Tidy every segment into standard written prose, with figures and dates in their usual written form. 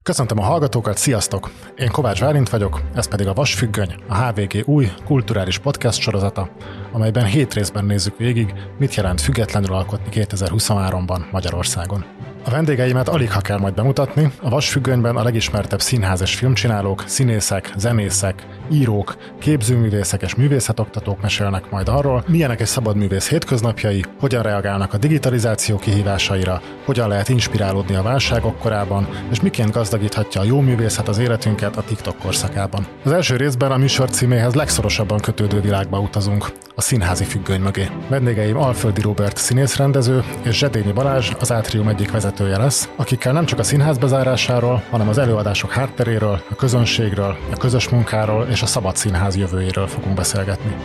Köszöntöm a hallgatókat, sziasztok! Én Kovács Bálint vagyok, ez pedig a Vasfüggöny, a HVG új kulturális podcast sorozata, amelyben 7 részben nézzük végig, mit jelent függetlenül alkotni 2023-ban Magyarországon. A vendégeimet aligha kell majd bemutatni, a Vasfüggönyben a legismertebb színház és filmcsinálók, színészek, zenészek, írók, képzőművészek és művészetoktatók mesélnek majd arról, milyenek egy szabadművész hétköznapjai, hogyan reagálnak a digitalizáció kihívásaira, hogyan lehet inspirálódni a válságok korában, és miként gazdagíthatja a jó művészet az életünket a TikTok korszakában. Az első részben a műsor címéhez legszorosabban kötődő világba utazunk, a színházi függöny mögé. Vendégeim Alföldi Róbert színészrendező és Zsedényi Balázs, az Átrium egyik vezetője lesz, akikkel nem csak a színház bezárásáról, hanem az előadások hátteréről, a közönségről, a közös munkáról és a szabad színház jövőjéről fogunk beszélgetni.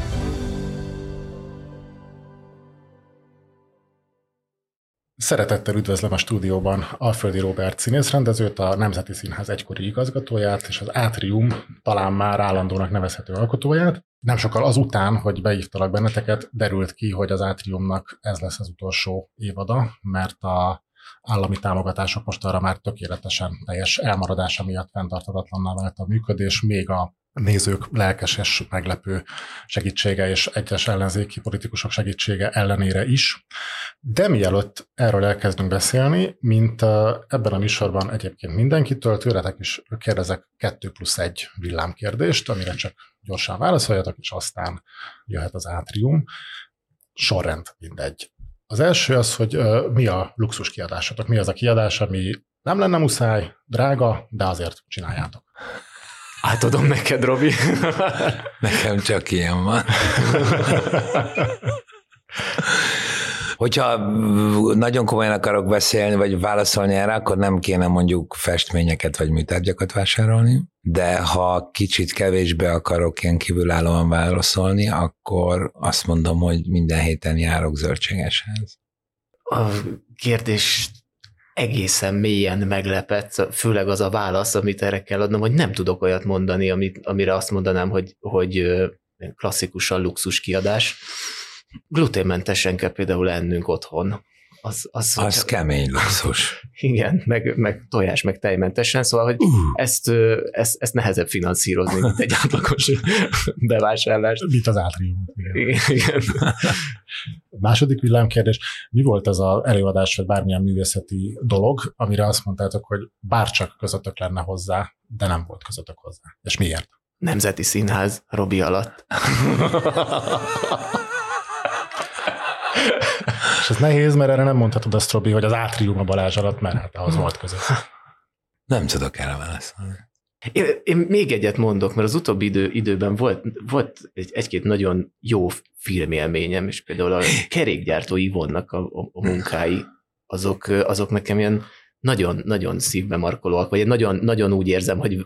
Szeretettel üdvözlöm a stúdióban Alföldi Róbert színészrendezőt, a Nemzeti Színház egykori igazgatóját és az Átrium talán már állandónak nevezhető alkotóját. Nem sokkal azután, hogy beívtalak benneteket, derült ki, hogy az Átriumnak ez lesz az utolsó évada, mert a állami támogatások most arra már tökéletesen teljes elmaradása miatt fenntarthatatlanná vált a működés, még a nézők lelkes és meglepő segítsége és egyes ellenzéki politikusok segítsége ellenére is. De mielőtt erről elkezdünk beszélni, mint ebben a műsorban egyébként mindenkitől, tőletek is kérdezek 2+1 villámkérdést, amire csak gyorsan válaszoljatok, és aztán jöhet az Átrium. Sorrend mindegy. Az első az, hogy mi a luxus kiadásatok, mi az a kiadás, ami nem lenne muszáj, drága, de azért csináljátok. Átadom neked, Robi. Nekem csak ilyen van. Hogyha nagyon komolyan akarok beszélni, vagy válaszolni erre, akkor nem kéne mondjuk festményeket, vagy műtárgyakat vásárolni, de ha kicsit kevésbé akarok ilyen kívülállóan válaszolni, akkor azt mondom, hogy minden héten járok zöldségeshez. A kérdés egészen mélyen meglepett, főleg az a válasz, amit erre kell adnom, hogy nem tudok olyat mondani, amire azt mondanám, hogy klasszikusan luxus kiadás. Gluténmentesen kell például ennünk otthon. Az kemény luxus. Igen, meg tojás, meg tejmentesen, szóval, hogy ezt nehezebb finanszírozni, mint egy átlagos bevásárlást. Mint az Átrium. Igen. A második villámkérdés, mi volt az az előadás, vagy bármilyen művészeti dolog, amire azt mondtátok, hogy bárcsak közöttök lenne hozzá, de nem volt közöttök hozzá. És miért? Nemzeti Színház Robi alatt. És ez nehéz, mert erre nem mondhatod azt, Robi, hogy az Átrium a Balázs alatt, mert hát ahhoz volt között. Nem tudok erre válaszolni. Én még egyet mondok, mert az utóbbi időben volt egy-két nagyon jó filmélményem, és például a Kerékgyártó Ivonnak a munkái, azok nekem ilyen nagyon, nagyon szívbe markolóak, vagy nagyon, nagyon úgy érzem, hogy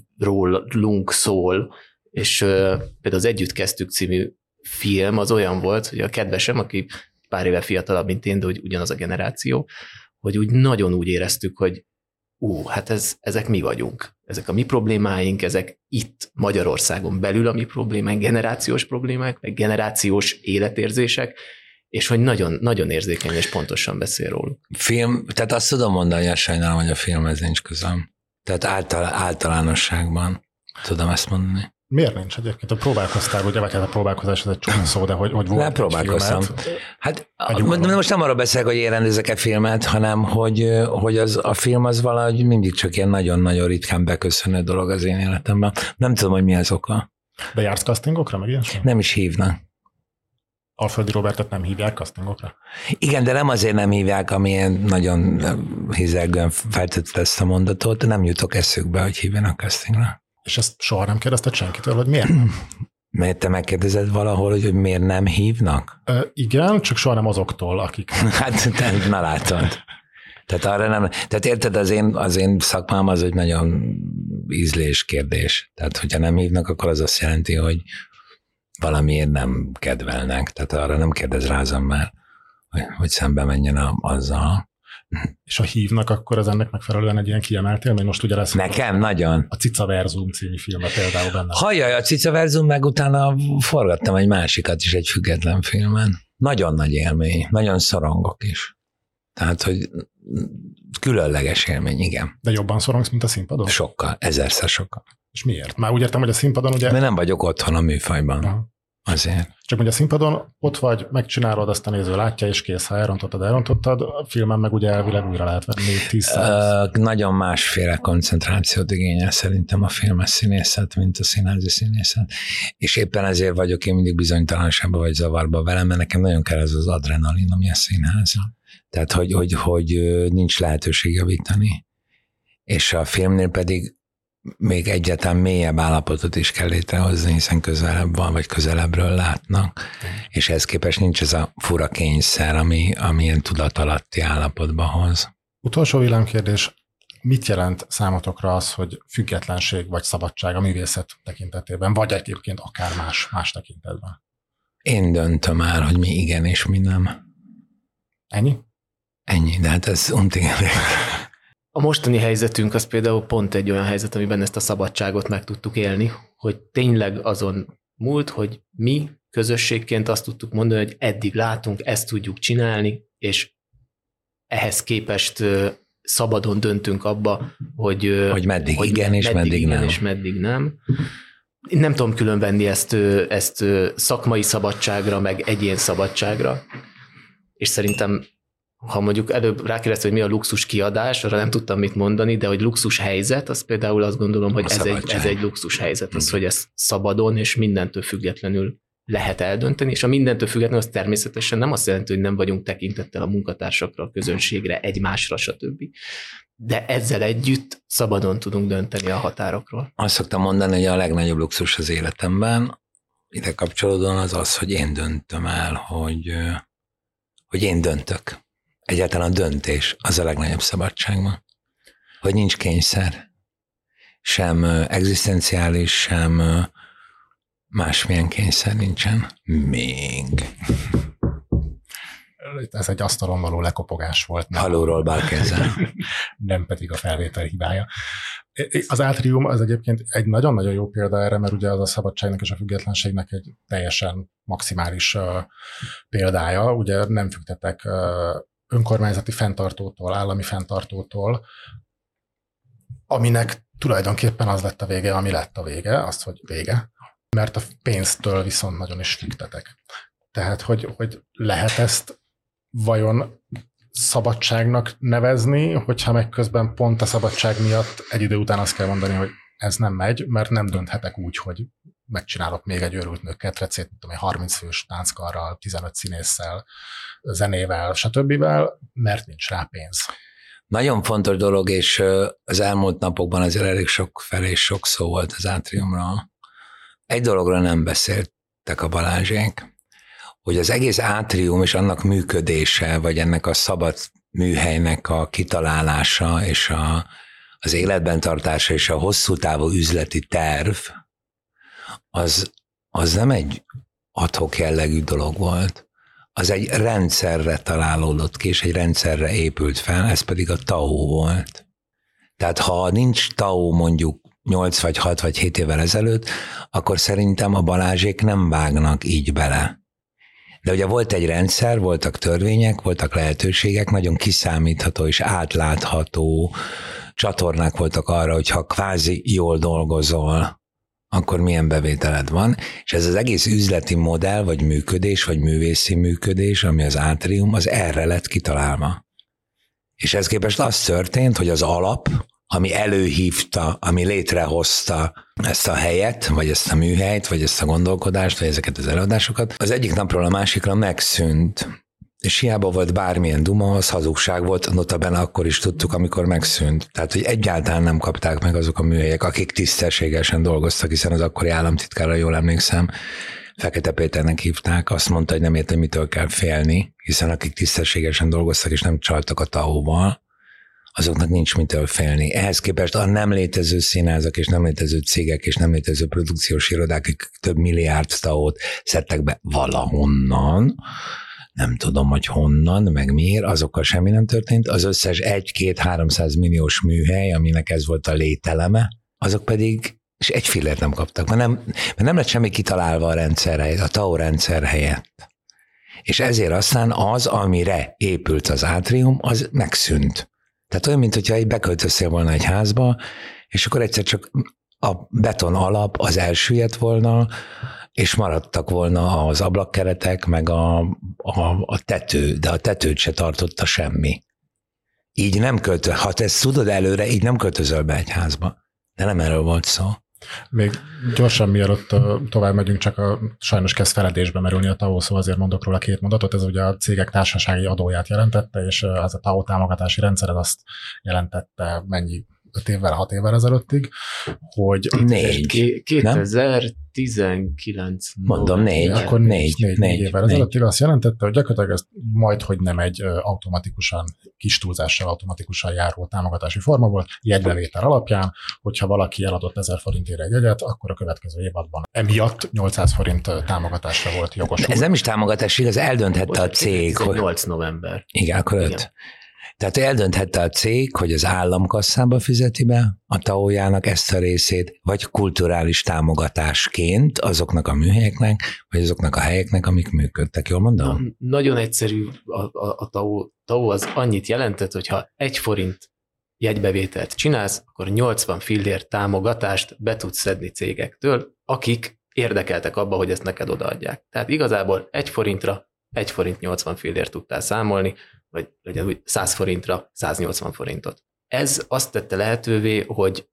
rólunk szól, és például az Együtt kezdtük című film az olyan volt, hogy a kedvesem, aki pár éve fiatalabb, mint én, de hogy ugyanaz a generáció, hogy úgy nagyon úgy éreztük, hogy hát ezek mi vagyunk. Ezek a mi problémáink, ezek itt Magyarországon belül a mi problémáink, generációs problémák, meg generációs életérzések, és hogy nagyon, nagyon érzékeny és pontosan beszél róluk. Film, tehát azt tudom mondani, hogy sajnálom, hogy a filmhez nincs közöm. Tehát általánosságban tudom ezt mondani. Miért nincs egyébként? A próbálkoztál, ugye, vagy hát a próbálkozás az egy csúnya szó, de hogy volt egy próbálkoztam. Hát most nem arra beszélek, hogy én rendezek-e filmet, hanem hogy a film az valahogy mindig csak ilyen nagyon-nagyon ritkán beköszönő dolog az én életemben. Nem tudom, hogy mi az oka. De jársz castingokra, meg ilyesmi? Nem is hívnak. Alföldi Róbertet nem hívják castingokra? Igen, de nem azért nem hívják, amilyen nagyon hizelgően feltett ezt a mondatot, nem jutok eszükbe, hogy hívjanak castingra. És ezt soha nem kérdezted senkitől, hogy miért? Mert te megkérdezed valahol, hogy miért nem hívnak? Igen, csak soha nem azoktól, akik... Hát na látod. Tehát arra nem... Tehát érted, az én szakmám az, hogy nagyon ízlés kérdés. Tehát hogyha nem hívnak, akkor az azt jelenti, hogy valamiért nem kedvelnek. Tehát arra nem kérdez rázam már, hogy szembe menjen azzal. És ha hívnak, akkor az ennek megfelelően egy ilyen kiemelt élmény. Most ugye lesz... Nekem nagyon. A Cicaverzum című filmben például benne. Hajjaj, a Cicaverzum, meg utána forgattam egy másikat is egy független filmen. Nagyon nagy élmény, nagyon szorongok is. Tehát, hogy különleges élmény, igen. De jobban szorongsz, mint a színpadon? Sokkal, 1000-szer sokkal. És miért? Már úgy értem, hogy a színpadon ugye... Mert nem vagyok otthon a műfajban. Aha. Azért. Csak hogy a színpadon ott vagy, megcsinálod, azt a néző látja, és kész, ha elrontottad, a filmen meg ugye elvileg újra lehet venni 10-100. Nagyon másféle koncentrációt igényel szerintem a filmes színészet, mint a színházi színészet. És éppen ezért vagyok én mindig bizonytalanságban vagy zavarba velem, mert nekem nagyon kell ez az adrenalin, ami a színház. Tehát, hogy nincs lehetőség javítani. És a filmnél pedig még egyáltalán mélyebb állapotot is kell létrehozni, hiszen közelebb van, vagy közelebbről látnak, és ehhez képest nincs ez a fura kényszer, ami ilyen tudatalatti állapotba hoz. Utolsó villámkérdés, mit jelent számotokra az, hogy függetlenség vagy szabadság a művészet tekintetében, vagy egyébként akár más tekintetben? Én döntöm el, hogy mi igen és mi nem. Ennyi? Ennyi, de hát ez untigedő. A mostani helyzetünk az például pont egy olyan helyzet, amiben ezt a szabadságot meg tudtuk élni, hogy tényleg azon múlt, hogy mi közösségként azt tudtuk mondani, hogy eddig látunk, ezt tudjuk csinálni, és ehhez képest szabadon döntünk abba, hogy meddig igen, és meddig nem. És meddig nem. Én nem tudom különvenni ezt szakmai szabadságra, meg egyén szabadságra, és szerintem ha mondjuk előbb rákérdeztem, hogy mi a luxus kiadás, arra nem tudtam mit mondani, de hogy luxus helyzet, az például azt gondolom, hogy ez egy luxus helyzet, az, hogy ez szabadon és mindentől függetlenül lehet eldönteni, és a mindentől függetlenül az természetesen nem azt jelenti, hogy nem vagyunk tekintettel a munkatársakra, a közönségre, egymásra, stb. De ezzel együtt szabadon tudunk dönteni a határokról. Azt szoktam mondani, hogy a legnagyobb luxus az életemben, ide kapcsolódóan az, hogy én döntöm el, hogy én döntök. Egyáltalán a döntés az a legnagyobb szabadságban. Hogy nincs kényszer. Sem egzisztenciális, sem másmilyen kényszer nincsen. Még. Ez egy asztalon való lekopogás volt. Alulról bárkezzel. Nem pedig a felvétel hibája. Az átrium az egyébként egy nagyon-nagyon jó példa erre, mert ugye az a szabadságnak és a függetlenségnek egy teljesen maximális példája. Ugye nem fügtetek önkormányzati fenntartótól, állami fenntartótól, aminek tulajdonképpen az lett a vége, ami lett a vége, azt, hogy vége, mert a pénztől viszont nagyon is fügtetek. Tehát, hogy lehet ezt vajon szabadságnak nevezni, hogyha meg közben pont a szabadság miatt egy idő után azt kell mondani, hogy ez nem megy, mert nem dönthetek úgy, hogy megcsinálok még egy őrült nők ketrecét, mint tudom, 30 fős tánckarral, 15 színésszel, zenével, stb., mert nincs rá pénz. Nagyon fontos dolog, és az elmúlt napokban azért elég sok felé sok szó volt az átriumra. Egy dologra nem beszéltek a Balázsék, hogy az egész átrium és annak működése, vagy ennek a szabad műhelynek a kitalálása, és az életben tartása, és a hosszú távú üzleti terv, az nem egy ad-hoc jellegű dolog volt. Az egy rendszerre találódott ki, és egy rendszerre épült fel, ez pedig a TAO volt. Tehát ha nincs TAO mondjuk 8 vagy 6 vagy 7 évvel ezelőtt, akkor szerintem a Balázsék nem vágnak így bele. De ugye volt egy rendszer, voltak törvények, voltak lehetőségek, nagyon kiszámítható és átlátható csatornák voltak arra, hogy ha kvázi jól dolgozol, akkor milyen bevételed van, és ez az egész üzleti modell, vagy működés, vagy művészi működés, ami az átrium, az erre lett kitalálva. És ez képest az történt, hogy az alap, ami előhívta, ami létrehozta ezt a helyet, vagy ezt a műhelyt, vagy ezt a gondolkodást, vagy ezeket az előadásokat, az egyik napról a másikra megszűnt. És hiába volt bármilyen duma, az hazugság volt, notabene akkor is tudtuk, amikor megszűnt. Tehát, hogy egyáltalán nem kapták meg azok a műhelyek, akik tisztességesen dolgoztak, hiszen az akkori államtitkárra, jól emlékszem, Fekete Péternek hívták, azt mondta, hogy nem ért, hogy mitől kell félni, hiszen akik tisztességesen dolgoztak és nem csaltak a TAO-val, azoknak nincs mitől félni. Ehhez képest a nem létező színházak és nem létező cégek és nem létező produkciós irodák, akik több milliárd TAO-t szedtek be valahonnan, nem tudom, hogy honnan, meg miért, azokkal semmi nem történt. Az összes 1-2-300 milliós műhely, aminek ez volt a lételeme, azok pedig és egy fillért nem kaptak, mert nem lett semmi kitalálva a rendszer helyett, a TAO rendszer helyett. És ezért aztán az, amire épült az átrium, az megszűnt. Tehát olyan, mintha beköltöztél volna egy házba, és akkor egyszer csak a beton alap az elsüllyedt volna, és maradtak volna az ablakkeretek, meg a tető, de a tetőt se tartotta semmi. Így nem ha te ezt tudod előre, így nem költözöl be egy házba. De nem erről volt szó. Még gyorsan, mielőtt tovább megyünk, csak sajnos kezd feledésbe merülni a TAO, szóval azért mondok róla 2 mondatot. Ez ugye a cégek társasági adóját jelentette, és az a TAO támogatási rendszer azt jelentette mennyi 5 évvel, 6 évvel ezelőttig, hogy 2019. Mondom, 4. Akkor 4 évvel ezelőttig azt jelentette, hogy gyakorlatilag ez majdhogy nem egy automatikusan, kis túlzással automatikusan járó támogatási forma volt, jegybevétel alapján, hogyha valaki eladott 1000 forintért egy jegyet, akkor a következő évadban emiatt 800 forint támogatásra volt jogosult. Ez nem is támogatás, igaz, eldönthette a cég. 8 november. Igen, akkor 5. Tehát eldönthette a cég, hogy az államkasszába fizeti be a TAO-jának ezt a részét, vagy kulturális támogatásként azoknak a műhelyeknek, vagy azoknak a helyeknek, amik működtek. Jól mondom? Nagyon egyszerű a TAO. TAO az annyit jelentett, hogy ha 1 forint jegybevételt csinálsz, akkor 80 fillért támogatást be tudsz szedni cégektől, akik érdekeltek abba, hogy ezt neked odaadják. Tehát igazából 1 forintra 1 forint 80 fillért tudtál számolni, vagy legyen úgy 100 forintra 180 forintot. Ez azt tette lehetővé, hogy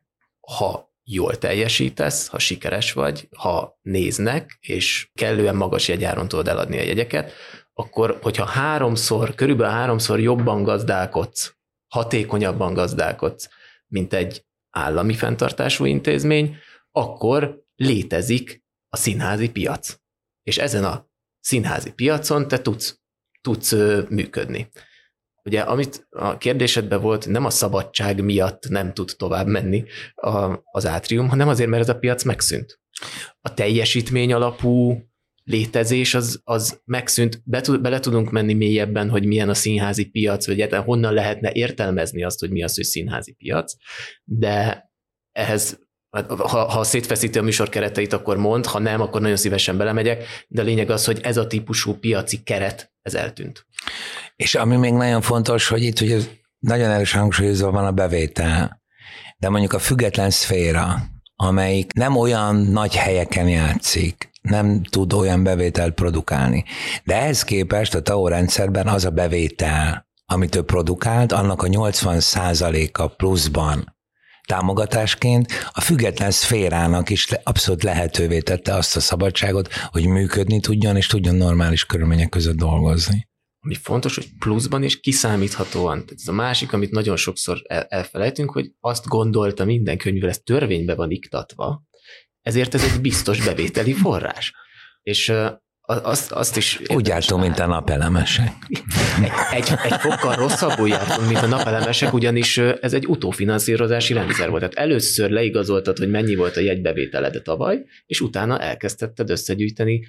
ha jól teljesítesz, ha sikeres vagy, ha néznek, és kellően magas jegyáron tudod eladni a jegyeket, akkor, hogyha körülbelül 3-szor jobban gazdálkodsz, hatékonyabban gazdálkodsz, mint egy állami fenntartású intézmény, akkor létezik a színházi piac. És ezen a színházi piacon te tudsz működni. Ugye, amit a kérdésedben volt, nem a szabadság miatt nem tud tovább menni az átrium, hanem azért, mert ez a piac megszűnt. A teljesítmény alapú létezés az megszűnt. Bele tudunk menni mélyebben, hogy milyen a színházi piac, vagy egyáltalán honnan lehetne értelmezni azt, hogy mi az, hogy színházi piac, de ehhez ha szétfeszíti a műsor kereteit, akkor mondd, ha nem, akkor nagyon szívesen belemegyek, de a lényeg az, hogy ez a típusú piaci keret, ez eltűnt. És ami még nagyon fontos, hogy itt ugye nagyon erős hangsúlyozva van a bevétel, de mondjuk a független szféra, amelyik nem olyan nagy helyeken játszik, nem tud olyan bevételt produkálni. De ehhez képest a TAO rendszerben az a bevétel, amit ő produkált, annak a 80%-a pluszban támogatásként a független szférának is abszolút lehetővé tette azt a szabadságot, hogy működni tudjon, és tudjon normális körülmények között dolgozni. Ami fontos, hogy pluszban és kiszámíthatóan. Tehát ez a másik, amit nagyon sokszor elfelejtünk, hogy azt gondolta mindenki, hogy mivel ez törvénybe van iktatva, ezért ez egy biztos bevételi forrás. És azt is... Úgy jártunk, mint a napelemesek. Egy fokkal rosszabbul jártunk, mint a napelemesek, ugyanis ez egy utófinanszírozási rendszer volt. Tehát először leigazoltad, hogy mennyi volt a jegybevételed tavaly, és utána elkezdted összegyűjteni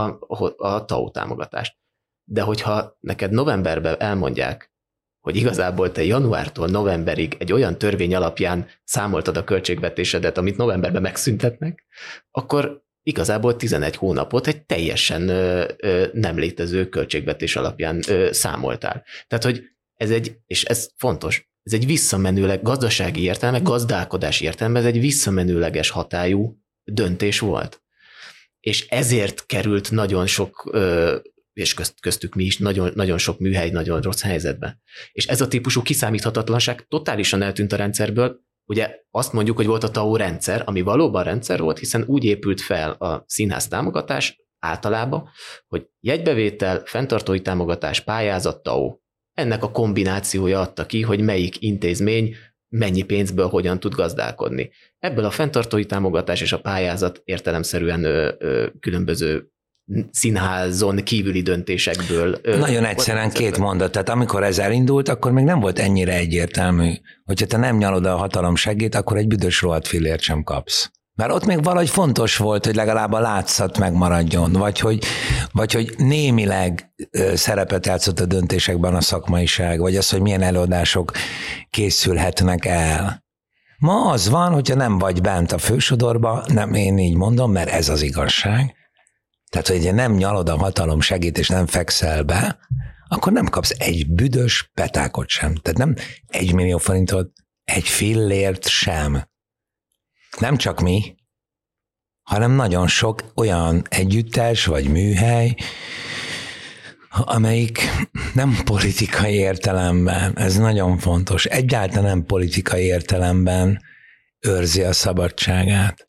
a TAO támogatást. De hogyha neked novemberben elmondják, hogy igazából te januártól novemberig egy olyan törvény alapján számoltad a költségvetésedet, amit novemberben megszüntetnek, akkor igazából 11 hónapot egy teljesen nem létező költségvetés alapján számoltál. Tehát, hogy és ez fontos, ez egy visszamenőleg gazdasági értelme, gazdálkodási értelme, ez egy visszamenőleges hatályú döntés volt. És ezért került nagyon sok, és köztük mi is, nagyon, nagyon sok műhely nagyon rossz helyzetbe. És ez a típusú kiszámíthatatlanság totálisan eltűnt a rendszerből. Ugye azt mondjuk, hogy volt a TAO rendszer, ami valóban rendszer volt, hiszen úgy épült fel a színház támogatás általában, hogy jegybevétel, fenntartói támogatás, pályázat, TAO. Ennek a kombinációja adta ki, hogy melyik intézmény mennyi pénzből hogyan tud gazdálkodni. Ebből a fenntartói támogatás és a pályázat értelemszerűen különböző színházon kívüli döntésekből. Nagyon egyszerűen 2 mondat. Tehát amikor ez elindult, akkor még nem volt ennyire egyértelmű, hogyha te nem nyalod a hatalom segít, akkor egy büdös rohadt fillért sem kapsz. Mert ott még valahogy fontos volt, hogy legalább a látszat megmaradjon, vagy hogy némileg szerepet játszott a döntésekben a szakmaiság, vagy az, hogy milyen előadások készülhetnek el. Ma az van, hogyha nem vagy bent a fősodorba, nem én így mondom, mert ez az igazság, Tehát, hogy nem nyalod a hatalom segít, és nem fekszel be, akkor nem kapsz egy büdös petákot sem. Tehát nem 1 millió forintot, egy fillért sem. Nem csak mi, hanem nagyon sok olyan együttes vagy műhely, amelyik nem politikai értelemben, ez nagyon fontos, egyáltalán nem politikai értelemben őrzi a szabadságát,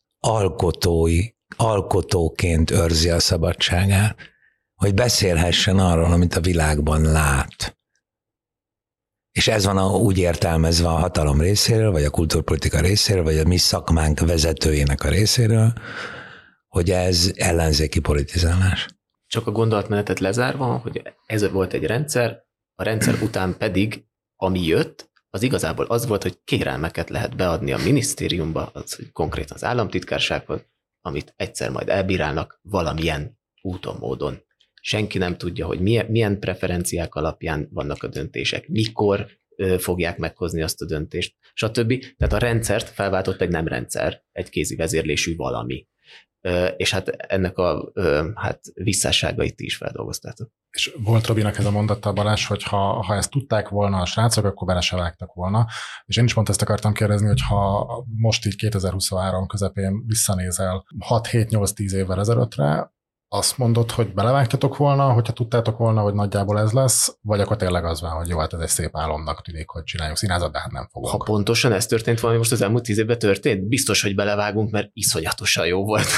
alkotóként őrzi a szabadságát, hogy beszélhessen arról, amit a világban lát. És ez van úgy értelmezve a hatalom részéről, vagy a kultúrpolitika részéről, vagy a mi szakmánk vezetőjének a részéről, hogy ez ellenzéki politizálás. Csak a gondolatmenetet lezárva, hogy ez volt egy rendszer, a rendszer után pedig, ami jött, az igazából az volt, hogy kérelmeket lehet beadni a minisztériumba, az, hogy konkrétan az államtitkársághoz, amit egyszer majd elbírálnak valamilyen úton, módon. Senki nem tudja, hogy milyen preferenciák alapján vannak a döntések, mikor fogják meghozni azt a döntést, stb. Tehát a rendszert felváltott egy nem rendszer, egy kézi vezérlésű valami. És hát ennek a visszásságait ti is feldolgoztátok. És volt Robinak ez a mondatta, Balázs, hogy ha ezt tudták volna a srácok, akkor bele se vágtak volna. És én is pont ezt akartam kérdezni, hogy ha most így 2023 közepén visszanézel 6-7-8-10 évvel ezelőttre, azt mondod, hogy belevágtatok volna, hogyha tudtátok volna, hogy nagyjából ez lesz, vagy akkor tényleg az van, hogy jó, hát ez egy szép álomnak tűnik, hogy csináljunk színházat, de hát nem fogunk. Ha pontosan ez történt valami most az elmúlt 10 évben történt, biztos, hogy belevágunk, mert iszonyatosan jó volt.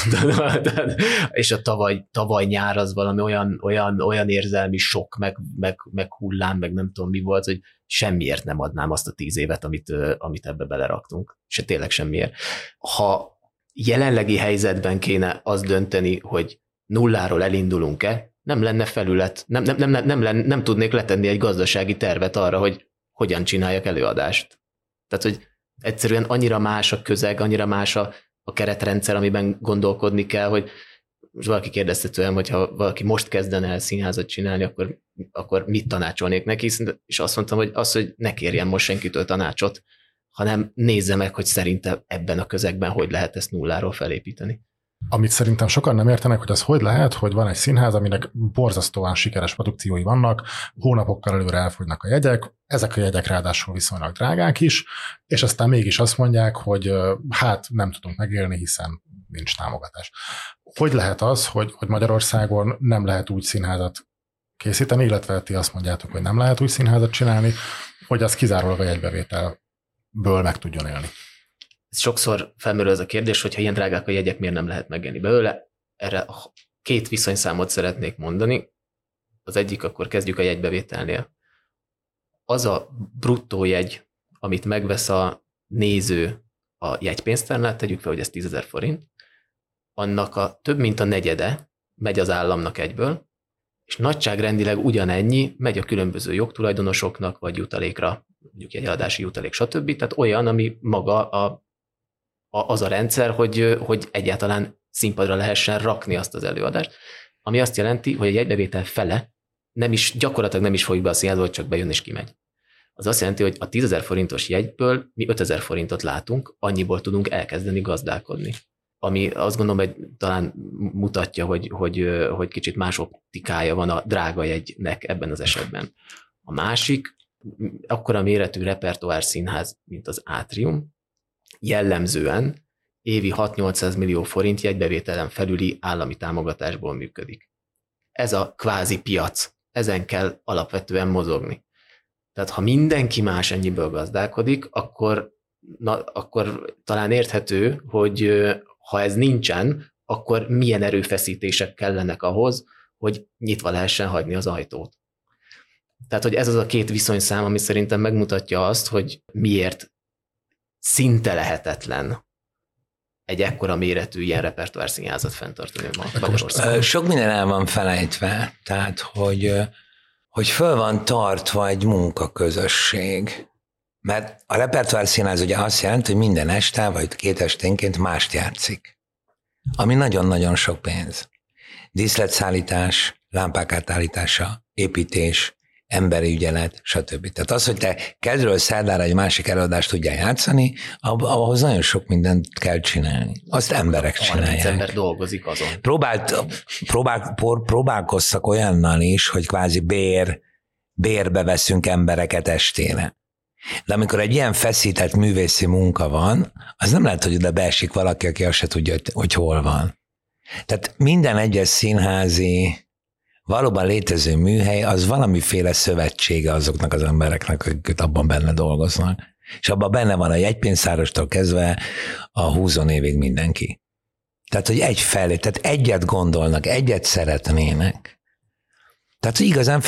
És a tavaly nyár az valami olyan érzelmi sok, meg hullám, meg nem tudom mi volt, hogy semmiért nem adnám azt a 10 évet, amit ebbe beleraktunk. És tényleg semmiért. Ha jelenlegi helyzetben kéne azt dönteni, hogy nulláról elindulunk-e, nem lenne felület, nem tudnék letenni egy gazdasági tervet arra, hogy hogyan csináljak előadást. Tehát, hogy egyszerűen annyira más a közeg, annyira más a keretrendszer, amiben gondolkodni kell, hogy most valaki kérdezte tőlem, hogy ha valaki most kezdene el színházat csinálni, akkor mit tanácsolnék neki, és azt mondtam, hogy hogy ne kérjen most senkitől tanácsot, hanem nézze meg, hogy szerintem ebben a közegben hogy lehet ezt nulláról felépíteni. Amit szerintem sokan nem értenek, hogy az hogy lehet, hogy van egy színház, aminek borzasztóan sikeres produkciói vannak, hónapokkal előre elfogynak a jegyek, ezek a jegyek ráadásul viszonylag drágák is, és aztán mégis azt mondják, hogy hát nem tudunk megélni, hiszen nincs támogatás. Hogy lehet az, hogy Magyarországon nem lehet úgy színházat készíteni, illetve ti azt mondjátok, hogy nem lehet úgy színházat csinálni, hogy az kizárólag a jegybevételből meg tudjon élni? Sokszor felmerül ez a kérdés, hogy ha ilyen drágák a jegyek, miért nem lehet megélni belőle. Erre 2 viszonyszámot szeretnék mondani. Az egyik, akkor kezdjük a jegybevételnél. Az a bruttó jegy, amit megvesz a néző a jegypénztárnál, tegyük fel, hogy ez 10 000 forint, annak a több mint a negyede megy az államnak egyből, és nagyságrendileg ugyanennyi megy a különböző jogtulajdonosoknak, vagy jutalékra, mondjuk jegyadási jutalék, stb. Tehát olyan, ami maga az a rendszer, hogy egyáltalán színpadra lehessen rakni azt az előadást, ami azt jelenti, hogy egy jegybevétel fele gyakorlatilag nem is folyik be a színházba, csak bejön és kimegy. Az azt jelenti, hogy a 10 000 forintos jegyből mi 5 000 forintot látunk, annyiból tudunk elkezdeni gazdálkodni. Ami azt gondolom, hogy talán mutatja, hogy kicsit más optikája van a drága jegynek ebben az esetben. A másik, akkora méretű repertoár színház, mint az Átrium, jellemzően évi 6-800 millió forint jegybevételen felüli állami támogatásból működik. Ez a kvázi piac, ezen kell alapvetően mozogni. Tehát ha mindenki más ennyiből gazdálkodik, akkor talán érthető, hogy ha ez nincsen, akkor milyen erőfeszítések kellenek ahhoz, hogy nyitva lehessen hagyni az ajtót. Tehát, hogy ez az a 2 viszonyszám, ami szerintem megmutatja azt, hogy miért szinte lehetetlen egy ekkora méretű ilyen repertoár színházat fenntartani Magyarországon. Sok minden el van felejtve, tehát hogy föl van tartva egy munkaközösség. Mert a repertoár színház ugye azt jelenti, hogy minden este vagy 2 esténként mást játszik. Ami nagyon-nagyon sok pénz. Díszletszállítás, lámpák átállítása, építés, emberi ügyelet, stb. Tehát az, hogy te kedről szerdára egy másik előadást tudjál játszani, ahhoz nagyon sok mindent kell csinálni. Azt emberek csinálják. 30 ember dolgozik azon. Próbálkoztak olyannal is, hogy kvázi bérbe veszünk embereket estére. De amikor egy ilyen feszített művészi munka van, az nem lehet, hogy oda beesik valaki, aki azt se tudja, hogy hol van. Tehát minden egyes színházi valóban létező műhely, az valamiféle szövetsége azoknak az embereknek, akik abban benne dolgoznak. És abban benne van a jegypénztárostól kezdve a 20 évig mindenki. Tehát, hogy tehát egyet gondolnak, egyet szeretnének. Tehát, hogy igazán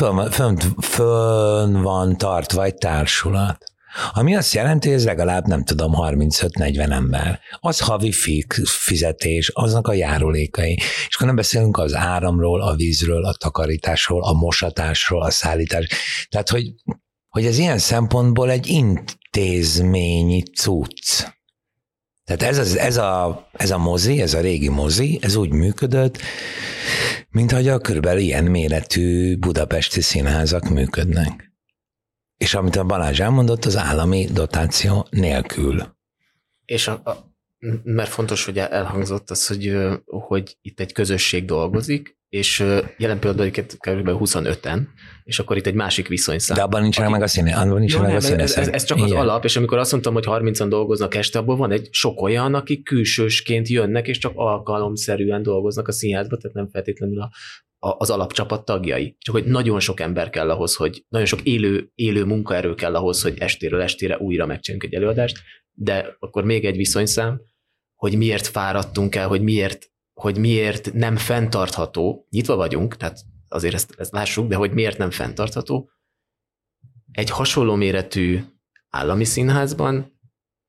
fönn van tartva egy társulat. Ami azt jelenti, hogy ez legalább, nem tudom, 35-40 ember. Az havi fizetés, aznak a járulékai. És akkor nem beszélünk az áramról, a vízről, a takarításról, a mosatásról, a szállítás. Tehát, hogy ez ilyen szempontból egy intézményi cucc. Tehát ez a mozi, ez a régi mozi, ez úgy működött, mint ahogy a körülbelül ilyen méretű budapesti színházak működnek. És amit a Balázs elmondott, az állami dotáció nélkül. És mert fontos, hogy elhangzott az, hogy itt egy közösség dolgozik, és jelen pillanatban kb. 25-en, és akkor itt egy másik viszonyszám. De abban nincsenek meg a színészek. Ez csak az alap, és amikor azt mondtam, hogy 30-an dolgoznak este, abból van egy sok olyan, akik külsősként jönnek, és csak alkalomszerűen dolgoznak a színházba, tehát nem feltétlenül az alapcsapat tagjai. Csak hogy nagyon sok ember kell ahhoz, hogy nagyon sok élő munkaerő kell ahhoz, hogy estéről estére újra megcsináljuk egy előadást, de akkor még egy viszonyszám, hogy miért fáradtunk el, hogy miért nem fenntartható, nyitva vagyunk, tehát azért ezt lássuk, de hogy miért nem fenntartható. Egy hasonló méretű állami színházban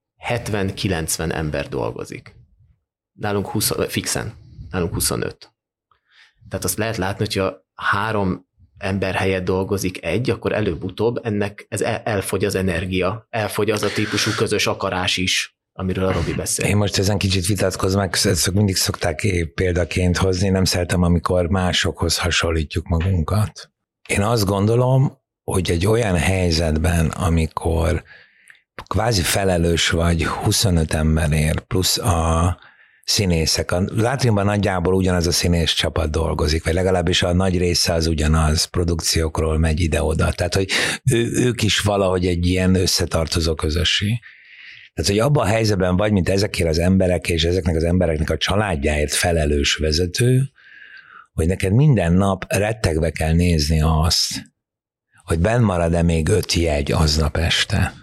70-90 ember dolgozik. Nálunk fixen, nálunk 25. Tehát azt lehet látni, hogyha 3 ember helyett dolgozik egy, akkor előbb-utóbb ez elfogy az energia, elfogy az a típusú közös akarás is, amiről a Robi beszél. Én most ezen kicsit vitatkozom, mindig szokták példaként hozni, nem szeretem, amikor másokhoz hasonlítjuk magunkat. Én azt gondolom, hogy egy olyan helyzetben, amikor kvázi felelős vagy 25 emberért, plusz a színészek. A Látriumban nagyjából ugyanaz a színész csapat dolgozik, vagy legalábbis a nagy része az ugyanaz, produkciókról megy ide-oda. Tehát, hogy ők is valahogy egy ilyen összetartozó közösség. Tehát, hogy abban a helyzetben vagy, mint ezekért az emberek, és ezeknek az embereknek a családjáért felelős vezető, hogy neked minden nap rettegve kell nézni azt, hogy benn marad-e még 5 jegy aznap este.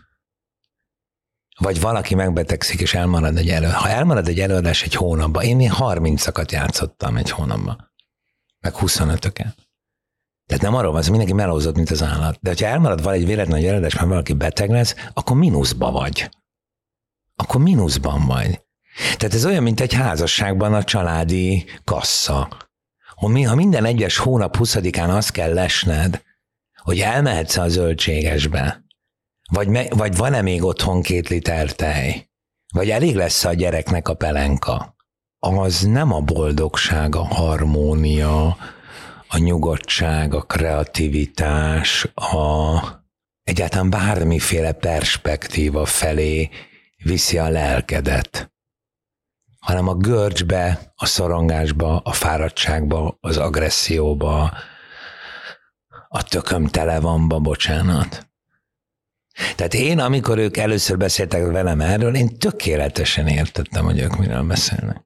Vagy valaki megbetegszik, és elmarad egy előadás. Ha elmarad egy előadás egy hónapban, én 30-akat játszottam egy hónapban, meg 25-öket. Tehát nem arról van, hogy mindenki melózott, mint az állat. De ha elmarad egy véletlen előadás, mert valaki beteg lesz, akkor mínuszba vagy. Akkor mínuszban vagy. Tehát ez olyan, mint egy házasságban a családi kassa. Ha minden egyes hónap 20-án azt kell lesned, hogy elmehetsz a zöldségesbe, vagy van-e még otthon 2 liter tej? Vagy elég lesz a gyereknek a pelenka? Az nem a boldogság, a harmónia, a nyugodtság, a kreativitás, egyáltalán bármiféle perspektíva felé viszi a lelkedet, hanem a görcsbe, a szorongásba, a fáradtságba, az agresszióba, a tököm tele vanba, bocsánat. Tehát én, amikor ők először beszéltek velem erről, én tökéletesen értettem, hogy ők miről beszélnek.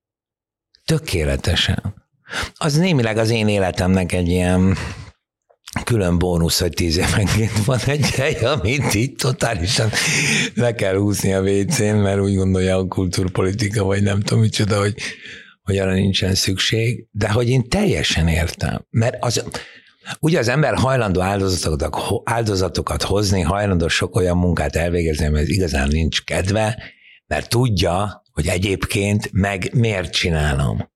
Tökéletesen. Az némileg az én életemnek egy ilyen külön bónusz, hogy 10 évenként van egy hely, amit itt totálisan le kell húzni a WC-n, mert úgy gondolja a kultúrpolitika, vagy nem tudom micsoda, hogy arra nincsen szükség, de hogy én teljesen értem. Mert ugye az ember hajlandó áldozatokat hozni, hajlandó sok olyan munkát elvégezni, mert igazán nincs kedve, mert tudja, hogy egyébként meg miért csinálom.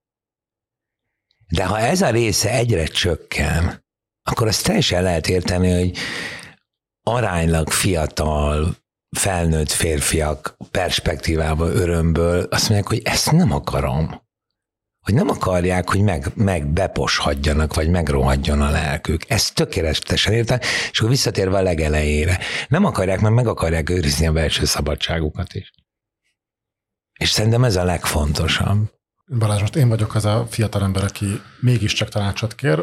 De ha ez a része egyre csökken, akkor azt teljesen lehet érteni, hogy aránylag fiatal, felnőtt férfiak perspektívával, örömből azt mondják, hogy ezt nem akarom. hogy nem akarják, hogy meg beposhadjanak, vagy megrohadjon a lelkük. Ezt tökéletesen értem, és akkor visszatérve a legelejére. Nem akarják, mert meg akarják őrizni a belső szabadságukat is. És szerintem ez a legfontosabb. Balázs, most én vagyok az a fiatal ember, aki mégiscsak tanácsot kér.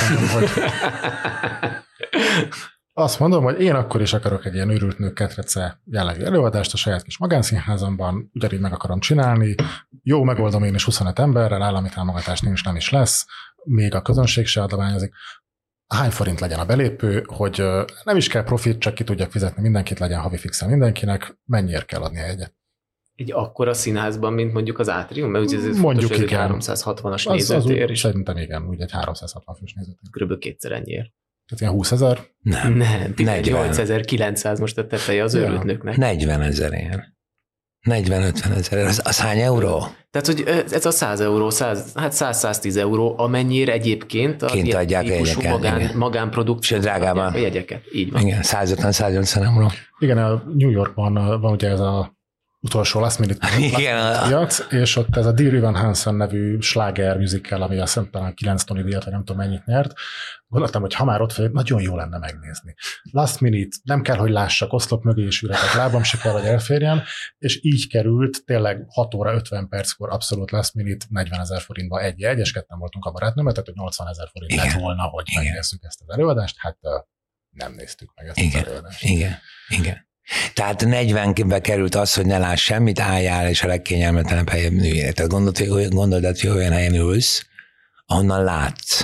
Azt mondom, hogy én akkor is akarok egy ilyen őrült nők ketrece jellegű előadást a saját kis magánszínházamban, ugyanígy meg akarom csinálni. Jó, megoldom én is 25 emberrel, állami támogatás nincs, nem is lesz, még a közönség se adományozik. Hány forint legyen a belépő, hogy nem is kell profit, csak ki tudjak fizetni mindenkit, legyen havi fixen mindenkinek, mennyiért kell adni egyet? Egy akkora színházban, mint mondjuk az Átrium, mert ugye ez mondjuk fontos, hogy 360-as nézőtér. Szerintem igen, úgy egy 360 fős nézőtér. Körülbelül kétszer ennyiért. Tehát ilyen 20 000? Nem 18.900 most a teteje az őrült nőknek. 40 000 ilyen. 40-50 000. Az hány euró? Tehát, hogy ez a 100 euró, 100-110 euró, amennyire egyébként a kint adják jegyeket, magánprodukció. És drágában. A jegyeket, így van. Igen, 150-180 euró. Igen, a New Yorkban van ugye ez a utolsó Last Minute piac, és ott ez a Dear Evan Hansen nevű sláger musical, ami azt hiszem 9 Tony díjat, vagy nem tudom mennyit nyert. Gondoltam, hogy ha már ott vagyok, nagyon jó lenne megnézni. Last Minute, nem kell, hogy lássak, oszlop mögé és üretek lábam, se kell, hogy elférjen, és így került tényleg 6 óra 50 perckor abszolút Last Minute 40 000 forintba egy jegy, és ketten voltunk a barátnőmmel, tehát hogy 80 000 forint lett volna, hogy megnézzük ezt az előadást, hát nem néztük meg ezt az előadást. Igen. Tehát 40-be került az, hogy ne láss semmit, álljál, és a legkényelmetlenebb helyen nőjél. Tehát gondold, hogy olyan helyen ülsz, ahonnan látsz.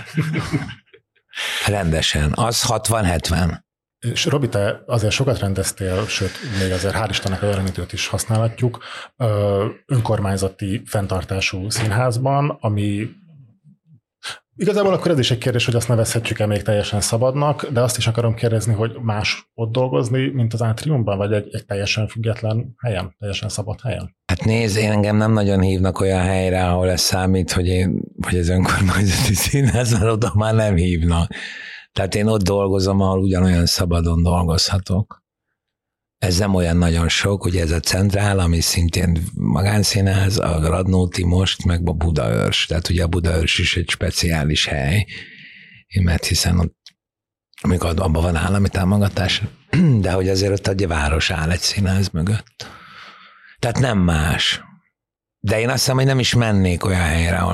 Rendesen. Az 60-70. És Robi, te azért sokat rendeztél, sőt, még azért hál' Istennek a jelenítőt is használhatjuk, önkormányzati fenntartású színházban, ami igazából akkor ez is egy kérdés, hogy azt nevezhetjük-e még teljesen szabadnak, de azt is akarom kérdezni, hogy más ott dolgozni, mint az Átriumban, vagy egy teljesen független helyen, teljesen szabad helyen? Hát nézd, én engem nem nagyon hívnak olyan helyre, ahol ez számít, hogy az önkormányzati színházban oda már nem hívnak. Tehát én ott dolgozom, ahol ugyanolyan szabadon dolgozhatok. Ez nem olyan nagyon sok, ugye ez a Centrál, ami szintén magánszínház, a Radnóti most, meg a Budaörs. Tehát ugye a Budaörs is egy speciális hely, mert hiszen ott, amikor abban van állami támogatás, de hogy azért ott egy város áll egy színház mögött. Tehát nem más. De én azt hiszem, hogy nem is mennék olyan helyre, ahol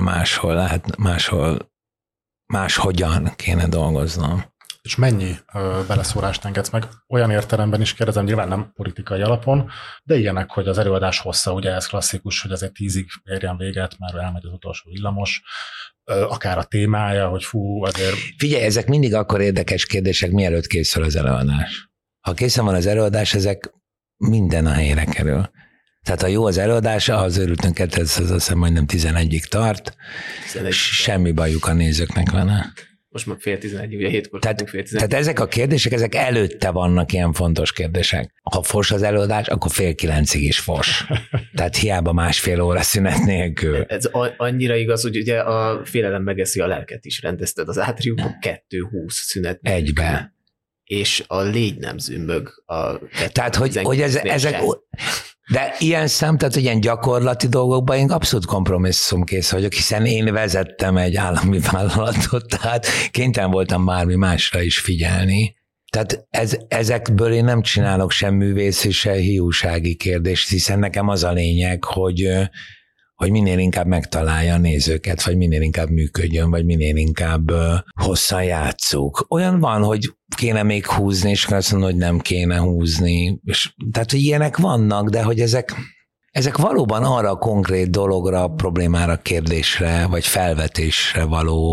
máshogyan kéne dolgoznom. És mennyi beleszólást engedsz meg? Olyan értelemben is kérdezem, nyilván nem politikai alapon, de ilyenek, hogy az előadás hossza, ugye ez klasszikus, hogy azért 10-ig érjen véget, már elmegy az utolsó villamos, akár a témája, hogy fú, azért... Figyelj, ezek mindig akkor érdekes kérdések, mielőtt készül az előadás. Ha készen van az előadás, ezek minden a helyre kerül. Tehát ha jó az előadás, az őrültünket, ez azt hiszem majdnem 11-ig tart, semmi bajuk a nézőknek vele. Most már 10:30, ugye 7-kor tehát ezek a kérdések, ezek előtte vannak ilyen fontos kérdések. Ha fos az előadás, akkor 8:30 is fos. Tehát hiába másfél óra szünet nélkül. Ez annyira igaz, hogy ugye a Félelem megeszi a lelket is rendezted az Átriumban 2:20 szünet. Egybe. És a Légy nem zümmög. Tehát, hogy ezek... De ilyen szám, tehát ilyen gyakorlati dolgokban én abszolút kompromisszumkész vagyok, hiszen én vezettem egy állami vállalatot, tehát kénytelen voltam bármi másra is figyelni. Tehát ezekből én nem csinálok sem művészi, se hiúsági kérdést, hiszen nekem az a lényeg, hogy minél inkább megtalálja a nézőket, vagy minél inkább működjön, vagy minél inkább hosszan játsszuk. Olyan van, hogy kéne még húzni, és azt mondom, hogy nem kéne húzni. És, tehát, hogy ilyenek vannak, de hogy ezek valóban arra a konkrét dologra, problémára, kérdésre, vagy felvetésen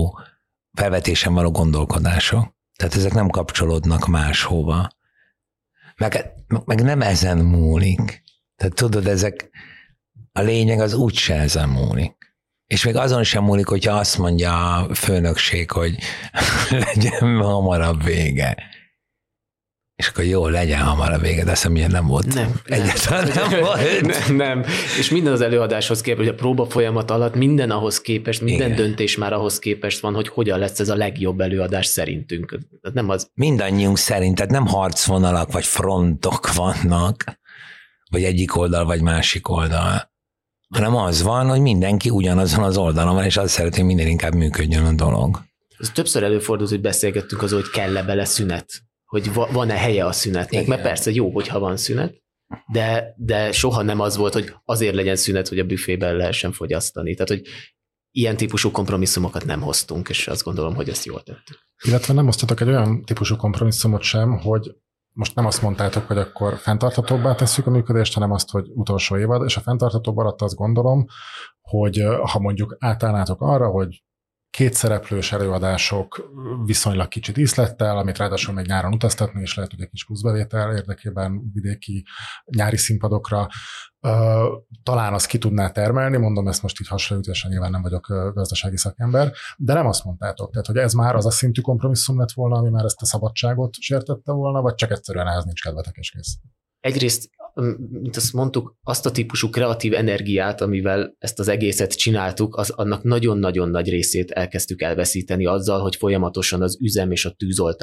való gondolkodások. Tehát ezek nem kapcsolódnak máshova. Meg nem ezen múlik. Tehát tudod, a lényeg az úgyse ezen múlik. És még azon sem múlik, hogyha azt mondja a főnökség, hogy legyen hamarabb vége. És akkor jó, legyen hamarabb vége, de azt hiszem, nem volt. Egyáltalán nem volt. Nem. És minden az előadáshoz képest, hogy a próba folyamat alatt minden ahhoz képest, minden döntés már ahhoz képest van, hogy hogyan lesz ez a legjobb előadás szerintünk. Nem az... Mindannyiunk szerint, tehát nem harcvonalak vagy frontok vannak, vagy egyik oldal, vagy másik oldal. hanem az van, hogy mindenki ugyanazon az oldalon van, és azt szeretné, hogy minden inkább működjön a dolog. Ez többször előfordult, hogy beszélgettünk azon, hogy kell-e bele szünet, hogy van-e helye a szünetnek, igen. Mert persze jó, hogyha van szünet, de soha nem az volt, hogy azért legyen szünet, hogy a büfében lehessen fogyasztani. Tehát, hogy ilyen típusú kompromisszumokat nem hoztunk, és azt gondolom, hogy ezt jól tettük. Illetve nem hoztatok egy olyan típusú kompromisszumot sem, hogy most nem azt mondtátok, hogy akkor fenntarthatóbbá tesszük a működést, hanem azt, hogy utolsó évad, és a fenntarthatóbb alatt azt gondolom, hogy ha mondjuk átállnátok arra, hogy 2 szereplős előadások viszonylag kicsit ízlettel, amit ráadásul még nyáron utaztatni, és lehet, hogy egy kis pluszbevétel érdekében vidéki nyári színpadokra, talán azt ki tudná termelni, mondom ezt most így hasonlításan, nyilván nem vagyok gazdasági szakember, de nem azt mondtátok, tehát hogy ez már az a szintű kompromisszum lett volna, ami már ezt a szabadságot sértette volna, vagy csak egyszerűen ehhez nincs kedvetek és kész? Egyrészt, mint azt mondtuk, azt a típusú kreatív energiát, amivel ezt az egészet csináltuk, annak nagyon-nagyon nagy részét elkezdtük elveszíteni azzal, hogy folyamatosan az üzemmel és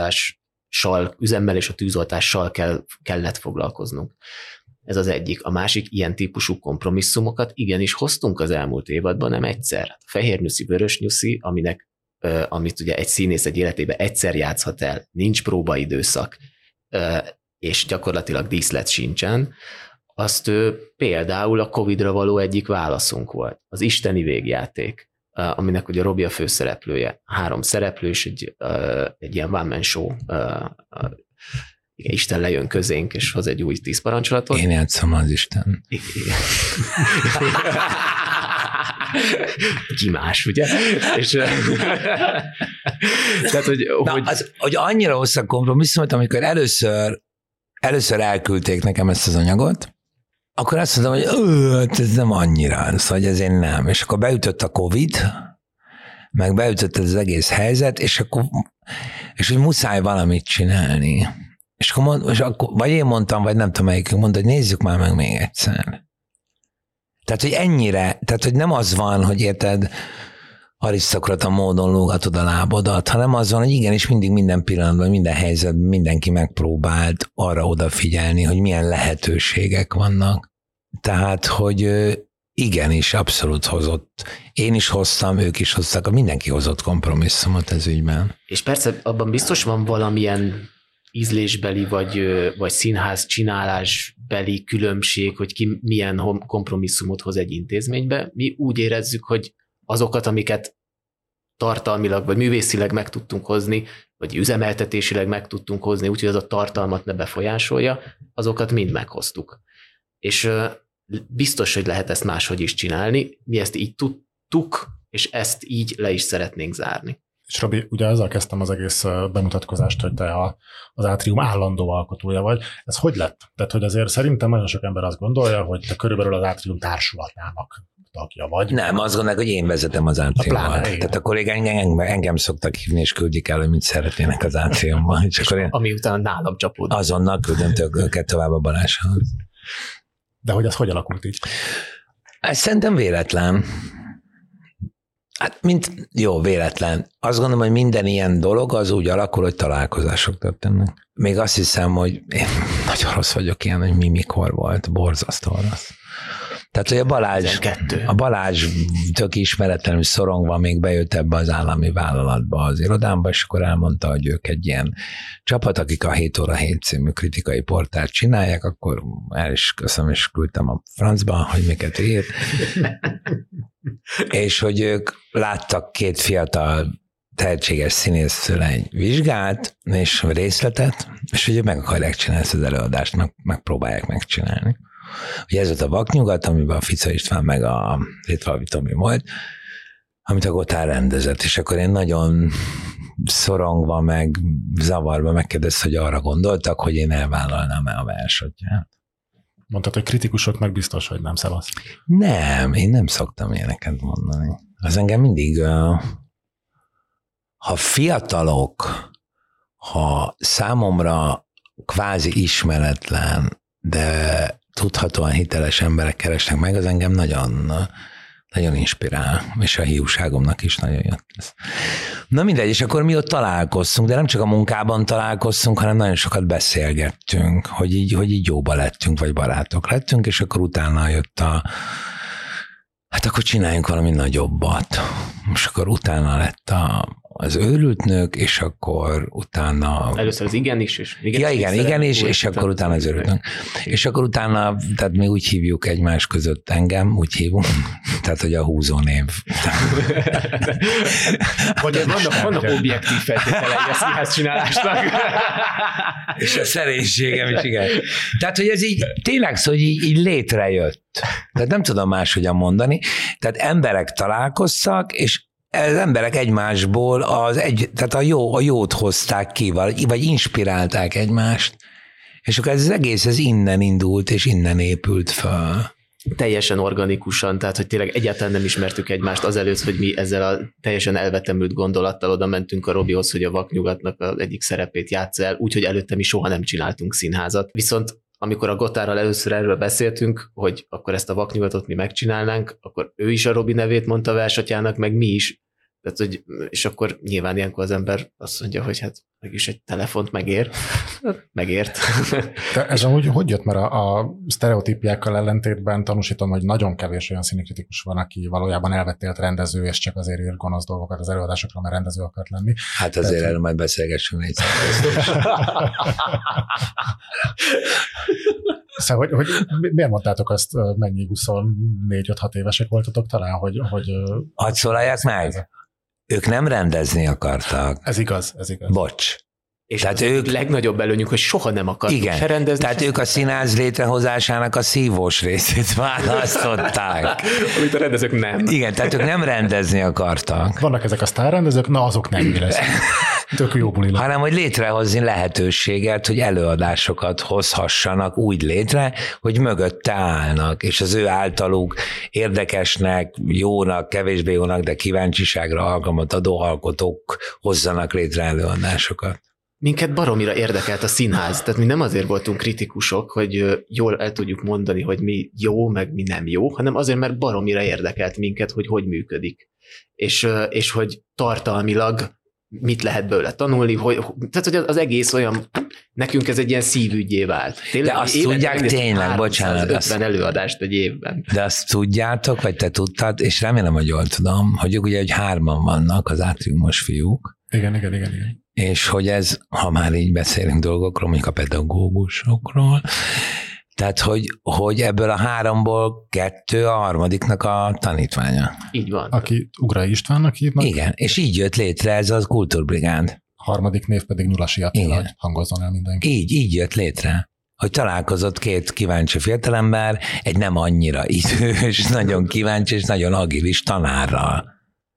a tűzoltással kellett foglalkoznunk. Ez az egyik. A másik, ilyen típusú kompromisszumokat igenis hoztunk az elmúlt évadban, nem egyszer. A fehér nyuszi, vörös nyuszi, amit ugye egy színész egy életében egyszer játszhat el, nincs próbaidőszak, és gyakorlatilag díszlet sincsen, azt például a Covid-ra való egyik válaszunk volt. Az Isteni végjáték, aminek ugye Robi a főszereplője. 3 szereplő, és egy ilyen one-man show. Igen, Isten lejön közénk, és hoz egy új 10 parancsolatot. Én játszom az Isten. Ki más, ugye? És, tehát, hogy annyira hoztak kompromisszumot, amikor először elküldték nekem ezt az anyagot, akkor azt mondtam, hogy ez nem annyira, szóval ezért nem. És akkor beütött a Covid, meg beütött ez az egész helyzet, és hogy muszáj valamit csinálni. És akkor vagy én mondtam, vagy nem tudom melyikünk mondta, hogy nézzük már meg még egyszer. Tehát, hogy ennyire, tehát, hogy nem az van, hogy érted, arisztokrata módon lógatod a lábodat, hanem az van, hogy igenis mindig minden pillanatban, minden helyzetben mindenki megpróbált arra odafigyelni, hogy milyen lehetőségek vannak. Tehát, hogy igenis abszolút hozott. Én is hoztam, ők is hoztak, mindenki hozott kompromisszumot ez ügyben. És persze abban biztos van valamilyen ízlésbeli vagy színház csinálásbeli különbség, hogy ki milyen kompromisszumot hoz egy intézménybe. Mi úgy érezzük, hogy azokat, amiket tartalmilag vagy művészileg meg tudtunk hozni, vagy üzemeltetésileg meg tudtunk hozni, úgyhogy az a tartalmat ne befolyásolja, azokat mind meghoztuk. És biztos, hogy lehet ezt máshogy is csinálni. Mi ezt így tudtuk, és ezt így le is szeretnénk zárni. És Robi, ugye ezzel kezdtem az egész bemutatkozást, hogy te az Átrium állandó alkotója vagy. Ez hogy lett? Tehát, hogy azért szerintem nagyon sok ember azt gondolja, hogy te körülbelül az Átrium társulatának tagja vagy. Nem, azt gondolják, hogy én vezetem az Átriummal. Tehát a kollégáink engem szoktak hívni, és küldik el, hogy mit szeretnének az Átriummal. Ami után nálam csapód. Azonnal küldöm őket tovább a Balázshoz. De hogy ez hogy alakult így? Ez szerintem véletlen. Hát, véletlen. Azt gondolom, hogy minden ilyen dolog az úgy alakul, hogy találkozások történnek. Még azt hiszem, hogy én nagyon rossz vagyok ilyen, hogy mi mikor volt. Borzasztó rossz. Tehát, hogy a Balázs tök ismeretlenül szorongva még bejött ebbe az állami vállalatba, az irodámba, és akkor elmondta, hogy ők egy ilyen csapat, akik a 7 óra 7 című kritikai portált csinálják, akkor el is köszönöm, és küldtem a francba, hogy miket írt. És hogy ők láttak 2 fiatal tehetséges színésztől egy vizsgát, és részletet, és hogy meg akarják csinálni ezt az előadást, megpróbálják megcsinálni. Ugye ez volt a Vaknyugat, amiben a Fica István meg a Létvalvi Tomi volt, amit a Gotthár rendezett, és akkor én nagyon szorongva, meg zavarba megkérdezte, hogy arra gondoltak, hogy én elvállalnám-e a versotját. Mondtad, hogy kritikusok meg biztos, hogy nem szevasz. Nem, én nem szoktam ilyeneket mondani. Az engem mindig, ha fiatalok, ha számomra kvázi ismeretlen, de tudhatóan hiteles emberek keresnek meg, az engem nagyon, nagyon inspirál, és a hiúságomnak is nagyon jött ez. Na mindegy, és akkor mi ott találkoztunk, de nem csak a munkában találkoztunk, hanem nagyon sokat beszélgettünk, hogy így jóba lettünk, vagy barátok lettünk, és akkor utána jött hát akkor csináljunk valami nagyobbat. Most akkor utána lett az őrült nők, és akkor utána... Először az igenis, és igenis, és akkor utána az őrült nők. És akkor utána, tehát mi úgy hívjuk egymás között engem, úgy hívunk, tehát hogy a húzónév. Vagy vannak objektív feltételei a színház csinálásnak. És a szerénységem is, igen. Tehát, hogy ez így tényleg szó, hogy így létrejött. Tehát nem tudom máshogyan mondani. Tehát emberek találkoztak, és az emberek egymásból tehát a jót hozták ki, vagy inspirálták egymást, és akkor ez az egész ez innen indult, és innen épült föl. Teljesen organikusan, tehát hogy tényleg egyáltalán nem ismertük egymást azelőtt, hogy mi ezzel a teljesen elvetemült gondolattal oda mentünk a Robihoz, hogy a Vaknyugatnak az egyik szerepét játssza el, úgyhogy előtte mi soha nem csináltunk színházat. Viszont amikor a Gotárral először erről beszéltünk, hogy akkor ezt a Vaknyugatot mi megcsinálnánk, akkor ő is a Robi nevét mondta versatyának, meg mi is. Tehát, hogy, és akkor nyilván ilyenkor az ember azt mondja, hogy hát mégis egy telefont megér. Megért. De ez amúgy hogy jött? Mert a sztereotípiákkal ellentétben tanúsítom, hogy nagyon kevés olyan színikritikus van, aki valójában elvettélt rendező, és csak azért ír gonosz dolgokat az előadásokra, mert rendező akart lenni. Hát azért erről majd beszélgessünk egyszer. Szóval, hogy miért mondtátok azt, mennyi 24-5-6 évesek voltatok talán, hogy hadd szólalják meg? Ők nem rendezni akartak. Ez igaz. Bocs. És tehát ők legnagyobb előnyük, hogy soha nem akartak se rendezni. Tehát ők a színház létrehozásának a szívós részét választották. Amit a rendezők nem. Igen, tehát ők nem rendezni akartak. Vannak ezek a sztárrendezők, na azok nem mi lesz. Tök jó bulila. Hanem, hogy létrehozni lehetőséget, hogy előadásokat hozhassanak úgy létre, hogy mögötte állnak, és az ő általuk érdekesnek, jónak, kevésbé jónak, de kíváncsiságra alkalmat adó alkotók hozzanak létre előadásokat. Minket baromira érdekelt a színház, tehát mi nem azért voltunk kritikusok, hogy jól el tudjuk mondani, hogy mi jó, meg mi nem jó, hanem azért, mert baromira érdekelt minket, hogy működik. És hogy tartalmilag mit lehet belőle tanulni, tehát hogy az egész olyan, nekünk ez egy ilyen szívügyé vált. Tényleg, de azt tudják tényleg, bocsánat. 50 előadást egy évben. De azt tudjátok, vagy te tudtad, és remélem, hogy jól tudom, hogy ők ugye, hogy 3-an vannak az átriumos fiúk. Igen. És hogy ez, ha már így beszélünk dolgokról, mondjuk a pedagógusokról, tehát, hogy ebből a 3-ból 2 a harmadiknak a tanítványa. Így van. Aki Ugrai Istvánnak hívnak. Igen, és így jött létre ez a kultúrbrigád. Harmadik név pedig Nyulasi Attila, hogy hangozzon el mindenki. Így jött létre. Hogy találkozott 2 kíváncsi fiatalember, egy nem annyira idős, nagyon kíváncsi és nagyon agilis tanárral.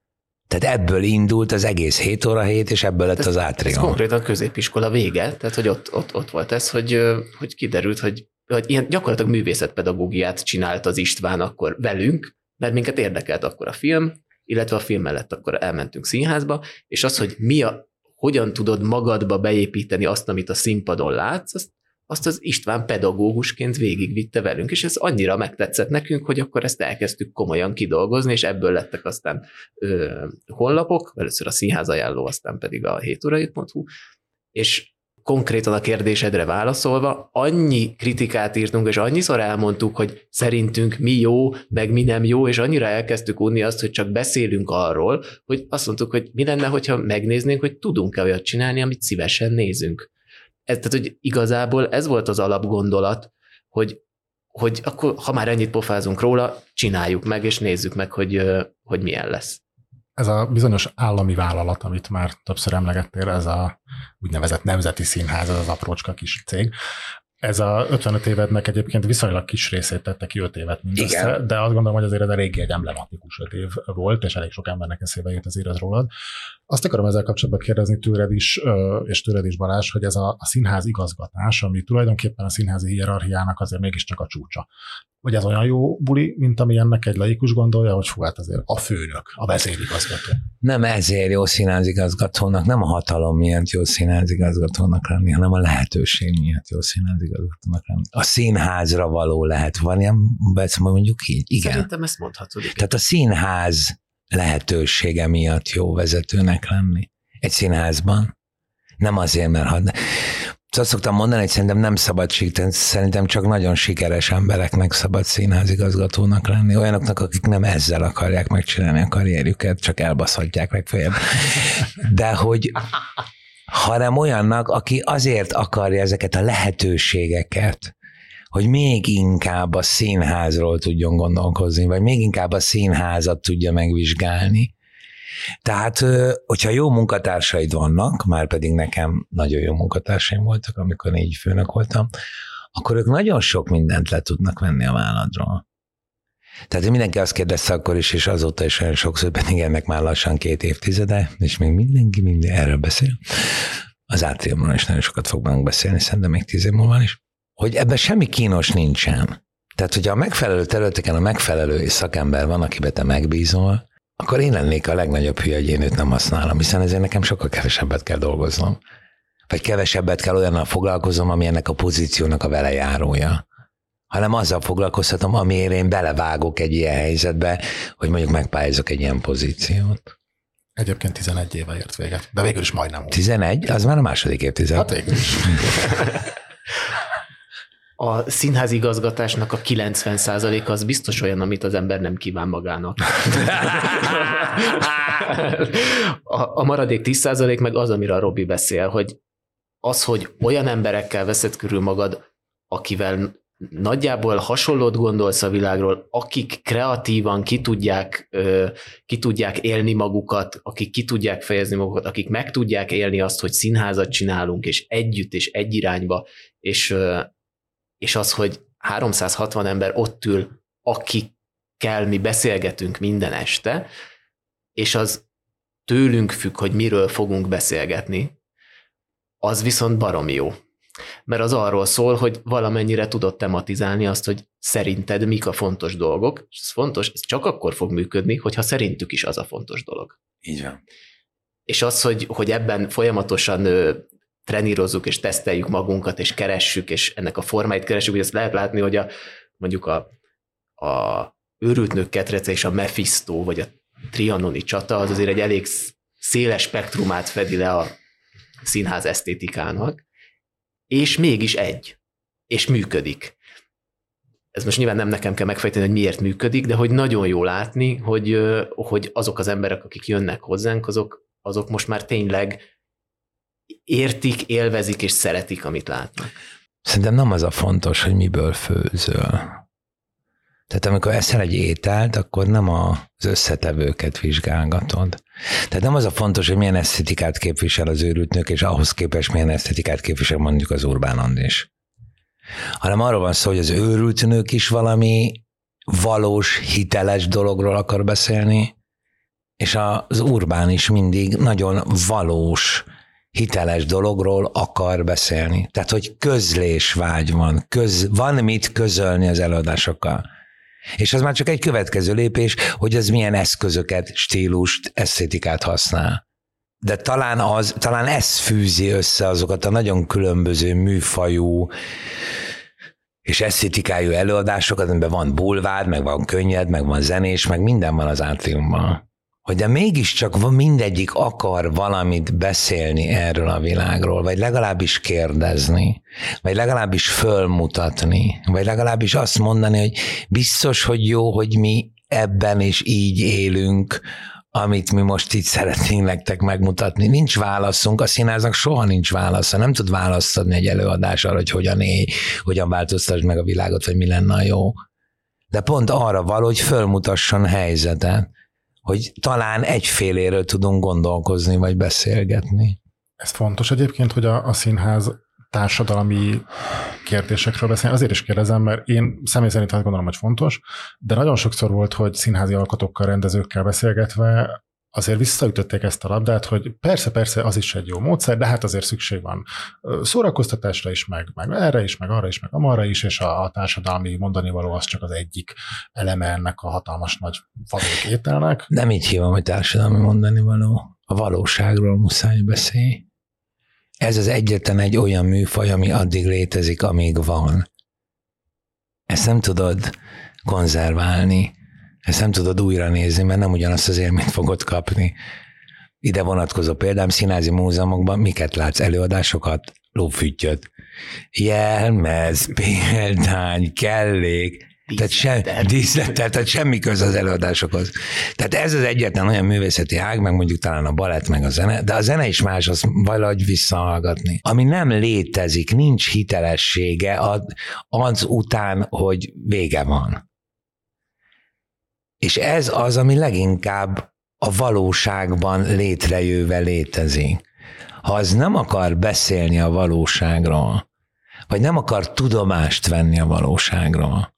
Tehát ebből indult az egész 7 óra 7, és ebből lett az átrium. Ez konkrétan középiskola vége, tehát hogy ott volt ez, hogy kiderült, hogy ilyen gyakorlatilag művészetpedagógiát csinált az István akkor velünk, mert minket érdekelt akkor a film, illetve a film mellett akkor elmentünk színházba, és az, hogy hogyan tudod magadba beépíteni azt, amit a színpadon látsz, azt az István pedagógusként végigvitte velünk, és ez annyira megtetszett nekünk, hogy akkor ezt elkezdtük komolyan kidolgozni, és ebből lettek aztán honlapok, először a színház ajánló, aztán pedig a 7óra7.hu, és konkrétan a kérdésedre válaszolva, annyi kritikát írtunk, és annyiszor elmondtuk, hogy szerintünk mi jó, meg mi nem jó, és annyira elkezdtük unni azt, hogy csak beszélünk arról, hogy azt mondtuk, hogy mi lenne, hogyha megnéznénk, hogy tudunk-e olyat csinálni, amit szívesen nézünk. Tehát, hogy igazából ez volt az alapgondolat, hogy akkor, ha már ennyit pofázunk róla, csináljuk meg, és nézzük meg, hogy milyen lesz. Ez a bizonyos állami vállalat, amit már többször emlegettél, ez a úgynevezett Nemzeti Színház, ez az aprócska kis cég. Ez a 55 évednek egyébként viszonylag kis részét tette ki 5 évet mindössze, igen. De azt gondolom, hogy azért ez eléggé egy emblematikus 5 év volt, és elég sok embernek eszébe jut azért rólad. Azt akarom ezzel kapcsolatban kérdezni tőled is, és tőled is, Balázs, hogy ez a színház igazgatás, ami tulajdonképpen a színházi hierarchiának azért mégiscsak a csúcsa. Hogy ez olyan jó buli, mint ami ennek egy laikus gondolja, hogy fú, hát azért a főnök, a vezérigazgató. Nem ezért jó színházigazgatónak, nem a hatalom miatt jó színházigazgatónak lenni, hanem a lehetőség miatt jó színházigazgatónak lenni. A színházra való lehet, van ilyen, mondjuk így? Igen. Szerintem ezt mondhatod. Tehát a színház lehetősége miatt jó vezetőnek lenni. Egy színházban. Nem azért, mert Azt szoktam mondani, hogy szerintem nem szabad szerintem csak nagyon sikeres embereknek szabad színházigazgatónak lenni. Olyanoknak, akik nem ezzel akarják megcsinálni a karrierjüket, csak elbaszhatják legfeljebb. De hogy hanem olyannak, aki azért akarja ezeket a lehetőségeket, hogy még inkább a színházról tudjon gondolkozni, vagy még inkább a színházat tudja megvizsgálni. Tehát, hogyha jó munkatársaid vannak, már pedig nekem nagyon jó munkatársaim voltak, amikor így főnök voltam, akkor ők nagyon sok mindent le tudnak venni a válladról. Tehát mindenki azt kérdezte akkor is, és azóta is olyan sokszor, pedig ennek már lassan 2 évtizede, és még mindenki erről beszél. Az átriumról is nagyon sokat fog beszélni, szerintem még 10 év múlva is, hogy ebben semmi kínos nincsen. Tehát, hogyha a megfelelő területeken a megfelelő szakember van, akiben te megbízol, akkor én lennék a legnagyobb hülye, hogy én őt nem használom, hiszen ezért nekem sokkal kevesebbet kell dolgoznom. Vagy kevesebbet kell olyannal foglalkoznom, ami ennek a pozíciónak a velejárója. Hanem azzal foglalkozhatom, amiért én belevágok egy ilyen helyzetbe, hogy mondjuk megpályázok egy ilyen pozíciót. Egyébként 11 éve ért véget, de végül is majdnem. 11? Az már a második évtized. Hát végül is. A színházigazgatásnak a 90% az biztos olyan, amit az ember nem kíván magának. A maradék 10% meg az, amire a Robi beszél, hogy az, hogy olyan emberekkel veszed körül magad, akivel nagyjából hasonlót gondolsz a világról, akik kreatívan ki tudják élni magukat, akik ki tudják fejezni magukat, akik meg tudják élni azt, hogy színházat csinálunk, és együtt, és egy irányba, és az, hogy 360 ember ott ül, akikkel mi beszélgetünk minden este, és az tőlünk függ, hogy miről fogunk beszélgetni, az viszont baromi jó. Mert az arról szól, hogy valamennyire tudod tematizálni azt, hogy szerinted mik a fontos dolgok, és ez fontos, ez csak akkor fog működni, hogyha szerintük is az a fontos dolog. Így van. És az, hogy ebben folyamatosan trenírozzuk és teszteljük magunkat, és keressük, és ennek a formáit keressük, hogy ezt lehet látni, hogy mondjuk a Őrült nők ketrece és a Mephisto, vagy a trianoni csata, az azért egy elég széles spektrumát fedi le a színház esztétikának, és mégis és működik. Ez most nyilván nem nekem kell megfejteni, hogy miért működik, de hogy nagyon jó látni, hogy azok az emberek, akik jönnek hozzánk, azok most már tényleg értik, élvezik és szeretik, amit látnak. Szerintem nem az a fontos, hogy miből főzöl. Tehát amikor eszel egy ételt, akkor nem az összetevőket vizsgálgatod. Tehát nem az a fontos, hogy milyen esztetikát képvisel az Őrült nők, és ahhoz képest milyen esztetikát képvisel mondjuk az Urbán Andris. Hanem arról van szó, hogy az Őrült nők is valami valós, hiteles dologról akar beszélni, és az Urbán is mindig nagyon valós, hiteles dologról akar beszélni. Tehát, hogy közlésvágy van, van mit közölni az előadásokkal. És az már csak egy következő lépés, hogy az milyen eszközöket, stílust, esztétikát használ. De talán ez fűzi össze azokat a nagyon különböző műfajú és esztétikájú előadásokat, amiben van bulvár, meg van könnyed, meg van zenés, meg minden van az átriumban. Hogy de mégiscsak mindegyik akar valamit beszélni erről a világról, vagy legalábbis kérdezni, vagy legalábbis fölmutatni, vagy legalábbis azt mondani, hogy biztos, hogy jó, hogy mi ebben is így élünk, amit mi most így szeretnénk nektek megmutatni. Nincs válaszunk, a színháznak soha nincs válasza, nem tud választ adni egy előadás arra, hogy hogyan élj, hogyan változtasd meg a világot, vagy mi lenne a jó. De pont arra való, hogy fölmutasson helyzetet, hogy talán egyféléről tudunk gondolkozni, vagy beszélgetni. Ez fontos egyébként, hogy a színház társadalmi kérdésekről beszél. Azért is kérdezem, mert én személy szerint azt gondolom, hogy fontos, de nagyon sokszor volt, hogy színházi alkotókkal, rendezőkkel beszélgetve azért visszaütötték ezt a labdát, hogy persze, az is egy jó módszer, de hát azért szükség van szórakoztatásra is, meg erre is, meg arra is, meg amarra is, és a társadalmi mondanivaló az csak az egyik eleme ennek a hatalmas nagy vadék ételnek. Nem így hívom, hogy társadalmi mondanivaló. A valóságról muszáj beszélni. Ez az egyetlen egy olyan műfaj, ami addig létezik, amíg van. Ezt nem tudod konzerválni, ezt nem tudod újra nézni, mert nem ugyanazt az élményt fogod kapni. Ide vonatkozó példám, színházi múzeumokban miket látsz? Előadásokat? lófüttyöt. Jelmez, példány, kellék, tehát semmi köz az előadásokhoz. Tehát ez az egyetlen olyan művészeti ág, meg mondjuk talán a balett, meg a zene, de a zene is más, az valahogy visszahallgatni. Ami nem létezik, nincs hitelessége az után, hogy vége van. És ez az, ami leginkább a valóságban létrejöve létezik. Ha az nem akar beszélni a valóságról, vagy nem akar tudomást venni a valóságról,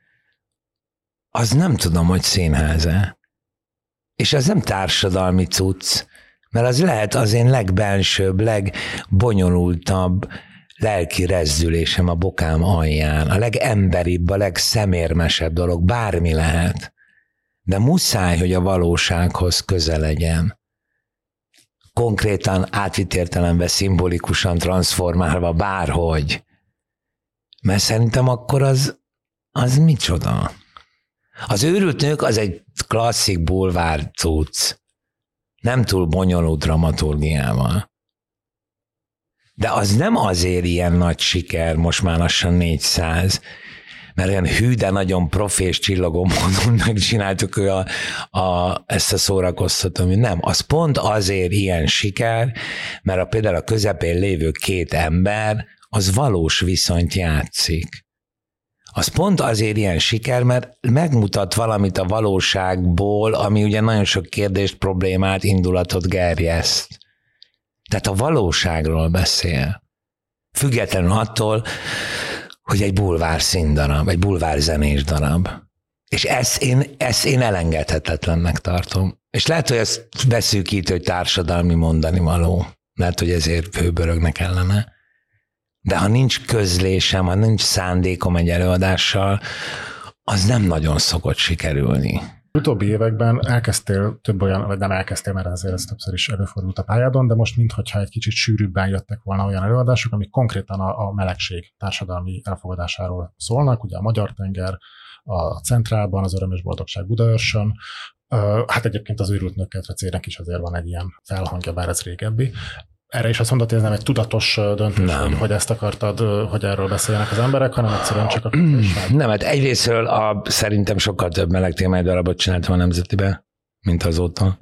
az nem tudom, hogy színház-e. És az nem társadalmi cucc, mert az lehet az én legbensőbb, legbonyolultabb lelki rezdülésem a bokám alján, a legemberibb, a legszemérmesebb dolog, bármi lehet. De muszáj, hogy a valósághoz közel legyen. Konkrétan, átvitt értelemben, szimbolikusan transformálva bárhogy. Mert szerintem akkor az micsoda? Az őrült nők az egy klasszik bulvár cucc. Nem túl bonyolult dramaturgiával. De az nem azért ilyen nagy siker, most már lassan 400, mert olyan hű, de nagyon profi és csillogó módon megcsináltuk ezt a szórakoztatót. Nem, az pont azért ilyen siker, mert például a közepén lévő két ember, az valós viszonyt játszik. Az pont azért ilyen siker, mert megmutat valamit a valóságból, ami ugye nagyon sok kérdést, problémát, indulatot gerjeszt. Tehát a valóságról beszél. Függetlenül attól, hogy egy bulvár színdarab, egy bulvár zenés darab. És ezt én elengedhetetlennek tartom. És lehet, hogy ezt beszűkítő, hogy társadalmi mondani való. Lehet, hogy ezért főbörögnek ellene. De ha nincs közlésem, ha nincs szándékom egy előadással, az nem nagyon szokott sikerülni. Utóbbi években elkezdtél több olyan, vagy nem elkezdtél, mert azért ez többször is előfordult a pályádon, de most minthogyha egy kicsit sűrűbben jöttek volna olyan előadások, amik konkrétan a melegség társadalmi elfogadásáról szólnak, ugye a Magyar Tenger, a Centrálban, az Öröm és Boldogság Budaörsön, hát egyébként az Őrült Nők Ketrecének is azért van egy ilyen felhangja, bár ez régebbi. Erre is azt mondod, hogy ez nem egy tudatos döntés, hogy ezt akartad, hogy erről beszéljenek az emberek, hanem egyszerűen csak a kötésvágy. Nem, hát egyrésztről szerintem sokkal több meleg témájú darabot csináltam a Nemzetibe, mint azóta.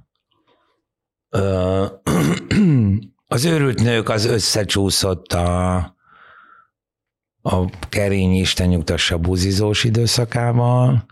Az Őrült Nők az összecsúszott a Kerényi Isten nyugtassa buzizós időszakával.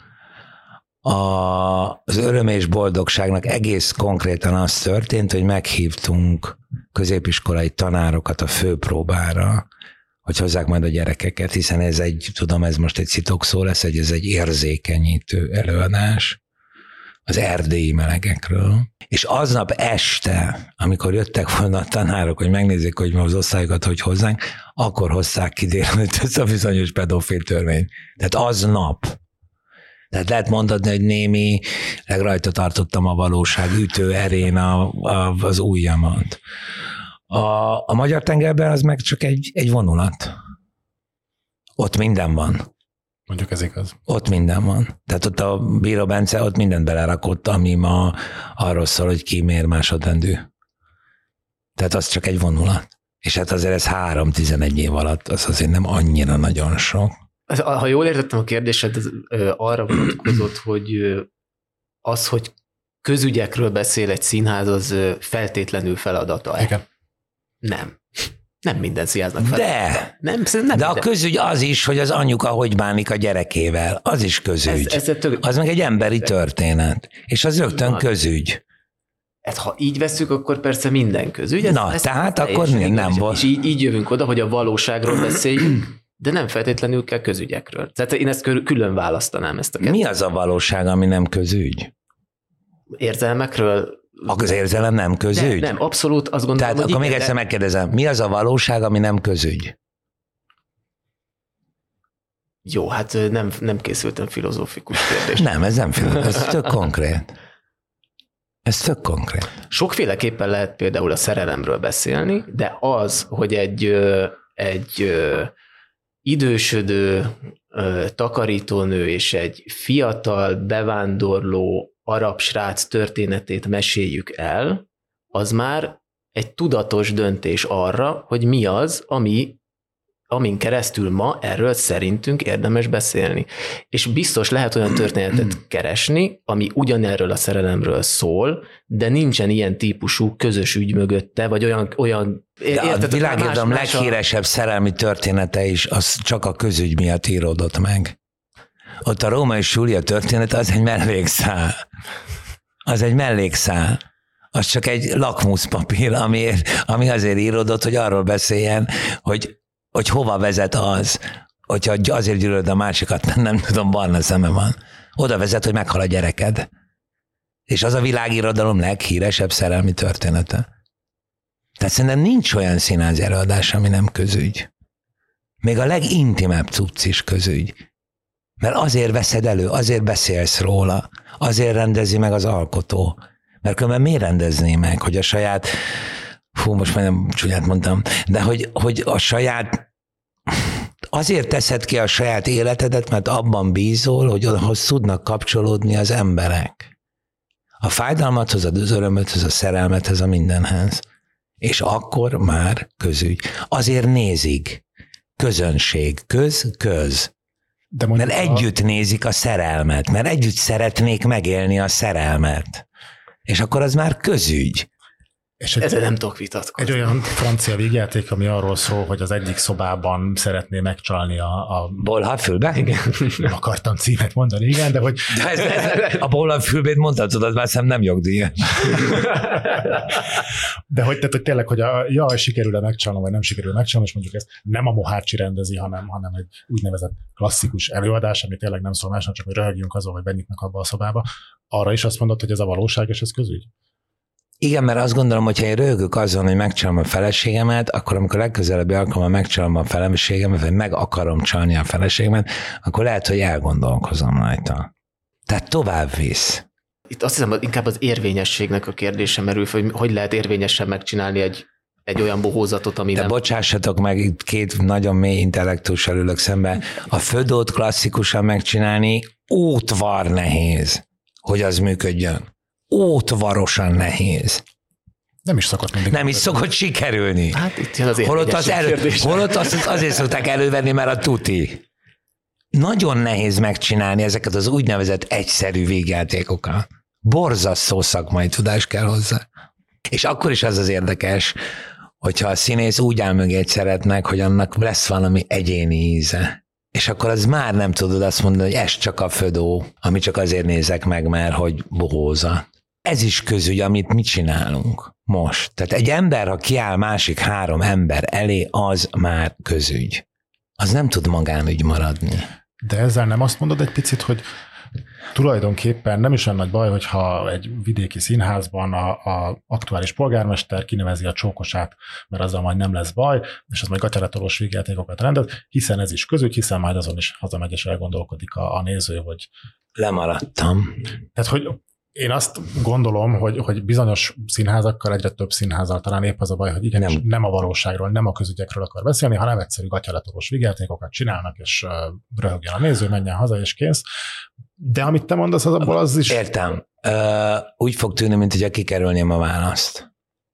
Az Öröm és Boldogságnak egész konkrétan az történt, hogy meghívtunk középiskolai tanárokat a főpróbára, hogy hozzák majd a gyerekeket, hiszen ez most egy szitokszó lesz, ez egy érzékenyítő előadás az erdélyi melegekről. És aznap este, amikor jöttek volna a tanárok, hogy megnézzék, hogy az osztályokat hogy hozzánk, akkor hozták ki délelőtt ezt a bizonyos pedofil törvényt. Tehát aznap. Tehát lehet mondani, hogy némi rajta tartottam a valóság ütő erén az ujjamat. A Magyar Tengerben az meg csak egy vonulat. Ott minden van. Mondjuk ez igaz. Ott minden van. Tehát ott a Bíró Bence ott mindent belerakott, ami ma arról szól, hogy ki miért másodrendű. Tehát az csak egy vonulat. És hát azért ez 3-11 év alatt, az azért nem annyira nagyon sok. Ha jól értettem a kérdésed, arra vonatkozott, hogy az, hogy közügyekről beszél egy színház, az feltétlenül feladata. Igen. Nem minden színháznak feladata. De a közügy az is, hogy az anyuka hogy bánik a gyerekével. Az is közügy. Az meg egy emberi történet. És az rögtön közügy. Hát, ha így vesszük, akkor persze minden közügy. Tehát akkor nem volt. És így jövünk oda, hogy a valóságról beszéljünk, de nem feltétlenül kell közügyekről. Tehát én ezt külön választanám ezt a kettőt. Mi az a valóság, ami nem közügy? Érzelmekről? Az érzelem nem közügy? Nem, abszolút azt gondolom, tehát hogy akkor még egyszer megkérdezem, mi az a valóság, ami nem közügy? Jó, hát nem készültem filozófikus kérdést. Nem, ez nem filozófikus, ez tök konkrét. Ez tök konkrét. Sokféleképpen lehet például a szerelemről beszélni, de az, hogy egy idősödő takarítónő és egy fiatal, bevándorló arab srác történetét meséljük el, az már egy tudatos döntés arra, hogy mi az, amin keresztül ma erről szerintünk érdemes beszélni. És biztos lehet olyan történetet keresni, ami ugyanerről a szerelemről szól, de nincsen ilyen típusú közös ügy mögötte, vagy olyan de a világirodalom leghíresebb szerelmi története is, az csak a közügy miatt íródott meg. Ott a Róma és Júlia történet az egy mellékszál. Az egy mellékszál. Az csak egy lakmuszpapír, ami azért íródott, hogy arról beszéljen, hogy hova vezet az, hogyha azért gyűlölöd a másikat, mert nem tudom, barna szeme van. Oda vezet, hogy meghal a gyereked. És az a világirodalom leghíresebb szerelmi története. Tehát szerintem nincs olyan színházi előadás, ami nem közügy. Még a legintimebb cucc is közügy. Mert azért veszed elő, azért beszélsz róla, azért rendezi meg az alkotó. Mert különben miért rendezné meg, hogy a saját, most már nem csúnyát mondtam, de hogy a saját, azért teszed ki a saját életedet, mert abban bízol, hogy ahhoz tudnak kapcsolódni az emberek. A fájdalmathoz, az örömöthöz, a szerelmethez, a mindenhez. És akkor már közügy. Azért nézik. Közönség. Köz. De mert együtt nézik a szerelmet, mert együtt szeretnék megélni a szerelmet. És akkor az már közügy. És ezzel nem tudok vitatkozni. Egy olyan francia vígjáték, ami arról szól, hogy az egyik szobában szeretné megcsalni a Bolha-fülbe? Igen. Nem akartam címet mondani, igen, de hogy... A Bolha-fülbét mondhatod, az már nem jogdíjas. De hogy tényleg, hogy sikerül-e megcsalnom, vagy nem sikerül megcsalnom, és mondjuk ezt nem a Mohácsi rendezi, hanem egy úgynevezett klasszikus előadás, ami tényleg nem szól másnak, csak hogy röhögjünk azon, vagy benyitnak abba a szobába. Arra is azt mondod, hogy ez a valóság, és ez közügy? Igen, mert azt gondolom, hogy ha én röhögök azon, hogy megcsalom a feleségemet, akkor amikor legközelebbi alkalommal megcsalom a feleségemet, vagy meg akarom csalni a feleségemet, akkor lehet, hogy elgondolkozom rajta. Tehát tovább visz. Itt azt hiszem, inkább az érvényességnek a kérdése merül fel, hogy lehet érvényesen megcsinálni egy olyan bohózatot, ami nem... Bocsássatok meg, itt két nagyon mély intellektussal ülök szembe. A Födót klasszikusan megcsinálni ótvar nehéz, hogy az működjön. Ótvarosan nehéz. Nem is szokott mindig. Nem is szokott sikerülni. Hát itt jön az holott azért szokták elővenni, mert a tuti. Nagyon nehéz megcsinálni ezeket az úgynevezett egyszerű végjátékokat. Borzasztó szakmai tudás kell hozzá. És akkor is az érdekes, hogyha a színész úgy áll mögé egy szeretnek, hogy annak lesz valami egyéni íze. És akkor az már nem tudod azt mondani, hogy ez csak a Födó, ami csak azért nézek meg, mert hogy bohóza. Ez is közügy, amit mi csinálunk most. Tehát egy ember, ha kiáll másik 3 ember elé, az már közügy. Az nem tud magánügy maradni. De ezzel nem azt mondod egy picit, hogy tulajdonképpen nem is olyan nagy baj, hogyha egy vidéki színházban a aktuális polgármester kinevezi a csókosát, mert azzal majd nem lesz baj, és az majd gatyaletolós végjátékokat rendez, hiszen ez is közügy, hiszen majd azon is hazamegy és elgondolkodik a néző, hogy... Lemaradtam. Tehát, hogy én azt gondolom, hogy bizonyos színházakkal, egyre több színházzal talán épp az a baj, hogy igenis nem a valóságról, nem a közügyekről akar beszélni, hanem egyszerű gatyaletolós végjátékokat csinálnak, és röhögjön a néző, menjen haza, és kész. De amit te mondasz, az abból az is... Értem. Úgy fog tűnni, mint hogyha kikerülném a választ.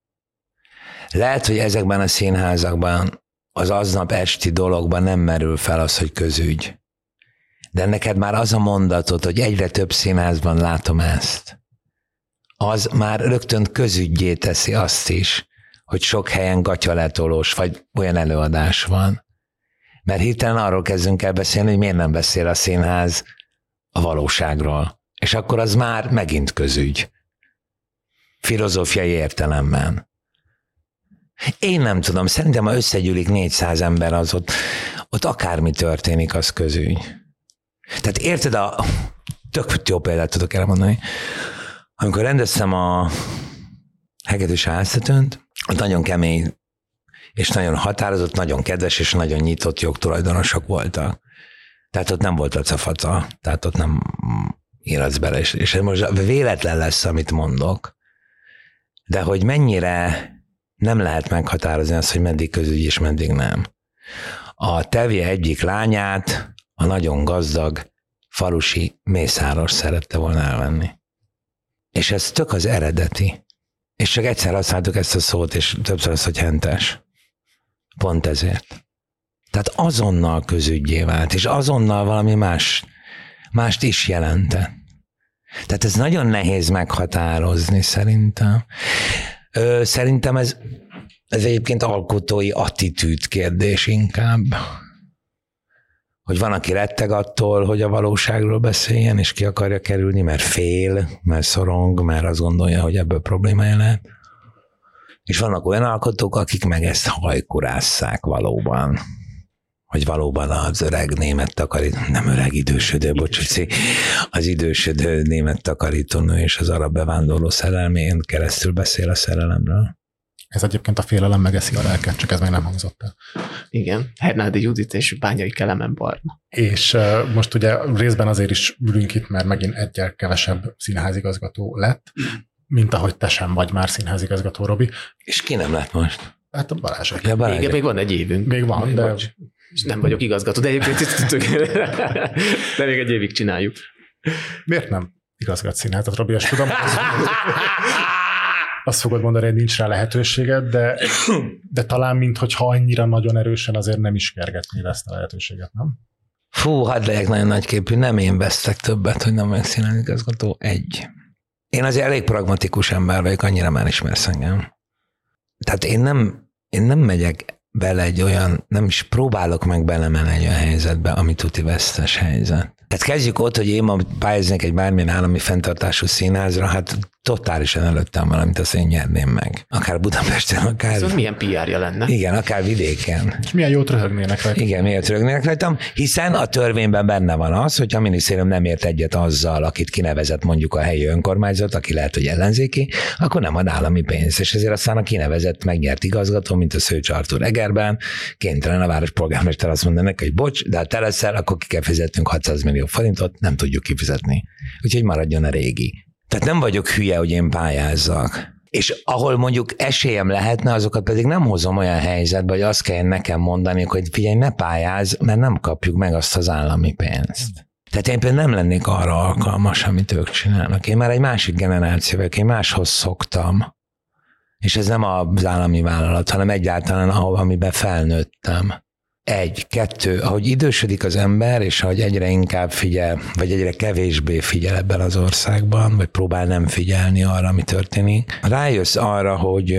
Lehet, hogy ezekben a színházakban az aznap esti dologban nem merül fel az, hogy közügy. De neked már az a mondatod, hogy egyre több színházban látom ezt, az már rögtön közüggyé teszi azt is, hogy sok helyen gatyaletolós vagy olyan előadás van. Mert hirtelen arról kezdünk el beszélni, hogy miért nem beszél a színház a valóságról. És akkor az már megint közügy. Filozófiai értelemben. Én nem tudom, szerintem ha összegyűlik 400 ember, az ott akármi történik, az közügy. Tehát érted, tök jó példát tudok elmondani. Amikor rendeztem a Hegedűs Háztetőnt, ott nagyon kemény és nagyon határozott, nagyon kedves és nagyon nyitott jogtulajdonosok voltak. Tehát ott nem volt a cafaca, tehát ott nem írhatsz bele, és most véletlen lesz, amit mondok, de hogy mennyire nem lehet meghatározni azt, hogy meddig közügy és meddig nem. A Tevje egyik lányát a nagyon gazdag falusi mészáros szerette volna elvenni. És ez tök az eredeti. És csak egyszer használtuk ezt a szót, és többször az, hogy hentes. Pont ezért. Tehát azonnal közügyé vált, és azonnal valami mást is jelentett. Tehát ez nagyon nehéz meghatározni szerintem. Szerintem ez egyébként alkotói attitűd kérdés inkább. Hogy van, aki retteg attól, hogy a valóságról beszéljen, és ki akarja kerülni, mert fél, mert szorong, mert azt gondolja, hogy ebből problémája lehet. És vannak olyan alkotók, akik meg ezt hajkurásszák valóban. Hogy valóban az öreg német takarító, nem öreg, idősödő, az idősödő német takarítónő és az arab bevándorló szerelmén keresztül beszél a szerelemről. Ez egyébként a félelem megeszi a lelket, csak ez még nem hangzott el. Igen, Hernádi Judit és Bányai Kelemen Barna. És most ugye részben azért is ülünk itt, mert megint egyel kevesebb színházigazgató lett, mint ahogy te sem vagy már színházigazgató, Robi. És ki nem lett most? Hát a Balázsék. Ja, Balázsék. Még van egy évünk. Még van, de... És nem vagyok igazgató, de egyébként de még egy évig csináljuk. Miért nem igazgat színházat, Robi? Azt tudom, azt fogod mondani, hogy nincs rá lehetőséged, de talán minthogyha annyira nagyon erősen azért nem is kergetnél ezt a lehetőséget, nem? Fú, hadd legyek nagyon nagyképű, nem én vesztek többet, hogy nem vagyok színházigazgató. Én azért elég pragmatikus ember vagyok, annyira már ismersz engem. Tehát én nem megyek bele egy olyan, nem is próbálok meg belemenni egy olyan helyzetbe, ami tuti vesztes helyzet. Tehát kezdjük ott, hogy én ma pályáznék egy bármilyen állami fenntartású színházra, hát totálisan előttem valamit, azt én nyerném meg. Akár Budapesten, akár... Ez milyen PR-ja lenne? Igen, akár vidéken. És milyen jót röhögnének rajtam. Igen, miért röhögnének rajtam, hiszen a törvényben benne van az, hogy a minisztérium nem ért egyet azzal, akit kinevezett mondjuk a helyi önkormányzat, aki lehet, hogy ellenzéki, akkor nem ad állami pénzt. És ezért aztán a kinevezett megnyert igazgató, mint a Szőcs Artúr Egerben, kénytelen a várospolgármester azt mondanak, hogy bocs, de ha te leszel, akkor ki kell fizetnünk 600 millió forintot, nem tudjuk kifizetni. Úgyhogy maradjon a régi. Tehát nem vagyok hülye, hogy én pályázzak. És ahol mondjuk esélyem lehetne, azokat pedig nem hozom olyan helyzetbe, hogy azt kell nekem mondani, hogy figyelj, ne pályázz, mert nem kapjuk meg azt az állami pénzt. Tehát én például nem lennék arra alkalmas, amit ők csinálnak. Én már egy másik generáció vagyok, én máshoz szoktam. És ez nem az állami vállalat, hanem egyáltalán amiben felnőttem. 1, 2, ahogy idősödik az ember, és ahogy egyre inkább figyel, vagy egyre kevésbé figyel ebben az országban, vagy próbál nem figyelni arra, ami történik, rájössz arra, hogy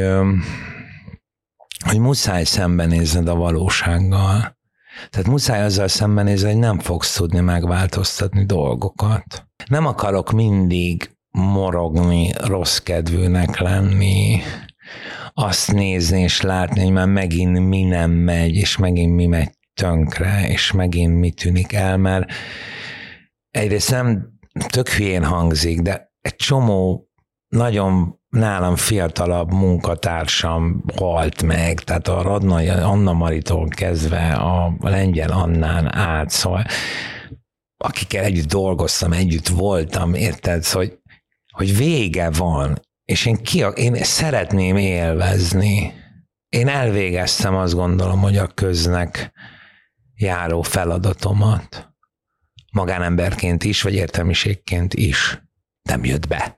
muszáj szembenézned a valósággal. Tehát muszáj azzal szembenézni, hogy nem fogsz tudni megváltoztatni dolgokat. Nem akarok mindig morogni, rossz kedvűnek lenni, azt nézni és látni, hogy már megint mi nem megy, és megint mi megy tönkre, és megint mi tűnik el, mert egyrészt nem tök hülyén hangzik, de egy csomó nagyon nálam fiatalabb munkatársam halt meg, tehát a Radnai Anna Maritól kezdve a Lengyel Annán át, szóval akikkel együtt dolgoztam, együtt voltam, érted, hogy vége van, és én szeretném élvezni. Én elvégeztem, azt gondolom, hogy a köznek járó feladatomat. Magánemberként is, vagy értelmiségként is. Nem jött be.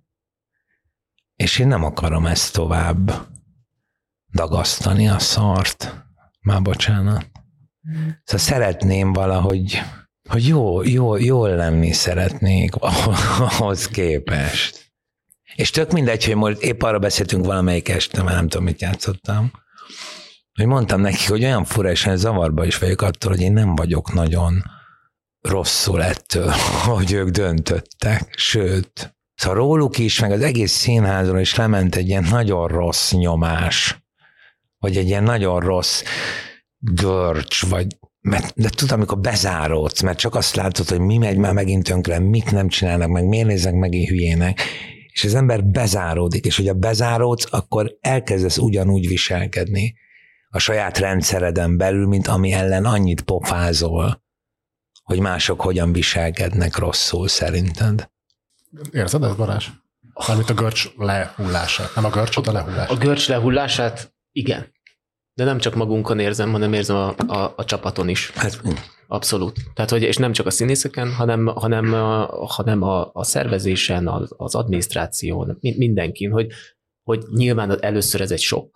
És én nem akarom ezt tovább dagasztani, a szart. Már bocsánat. Szóval szeretném valahogy, hogy jól lenni szeretnék ahhoz képest. És tök mindegy, hogy most épp arra beszéltünk valamelyik este, mert nem tudom, mit játszottam, hogy mondtam nekik, hogy olyan fura, és zavarba is vagyok attól, hogy én nem vagyok nagyon rosszul ettől, hogy ők döntöttek. Sőt, szóval róluk is, meg az egész színházról is lement egy ilyen nagyon rossz nyomás, vagy egy ilyen nagyon rossz görcs, de tudod, amikor bezáródsz, mert csak azt látod, hogy mi megy már megint tönkre, mit nem csinálnak meg, miért néznek megint hülyének, és az ember bezáródik, és hogyha bezáródsz, akkor elkezdesz ugyanúgy viselkedni a saját rendszereden belül, mint ami ellen annyit pofázol, hogy mások hogyan viselkednek rosszul szerinted. Érzed ezt, Balázs? Mármint a görcs lehullását. Nem a görcsot, a lehullását. A görcs lehullását, igen. De nem csak magunkon érzem, hanem érzem a csapaton is. Hát, abszolút. Tehát, hogy, és nem csak a színészeken, hanem a szervezésen, az adminisztráción, mindenkin, hogy hogy nyilván először ez egy sok,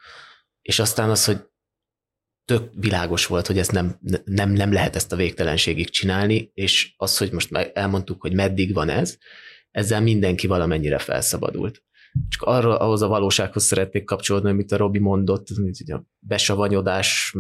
és aztán az, hogy tök világos volt, hogy ezt nem lehet ezt a végtelenségig csinálni, és az, hogy most elmondtuk, hogy meddig van ez, ezzel mindenki valamennyire felszabadult. Csak ahhoz a valósághoz szeretnék kapcsolódni, amit a Robi mondott, hogy a besavanyodás,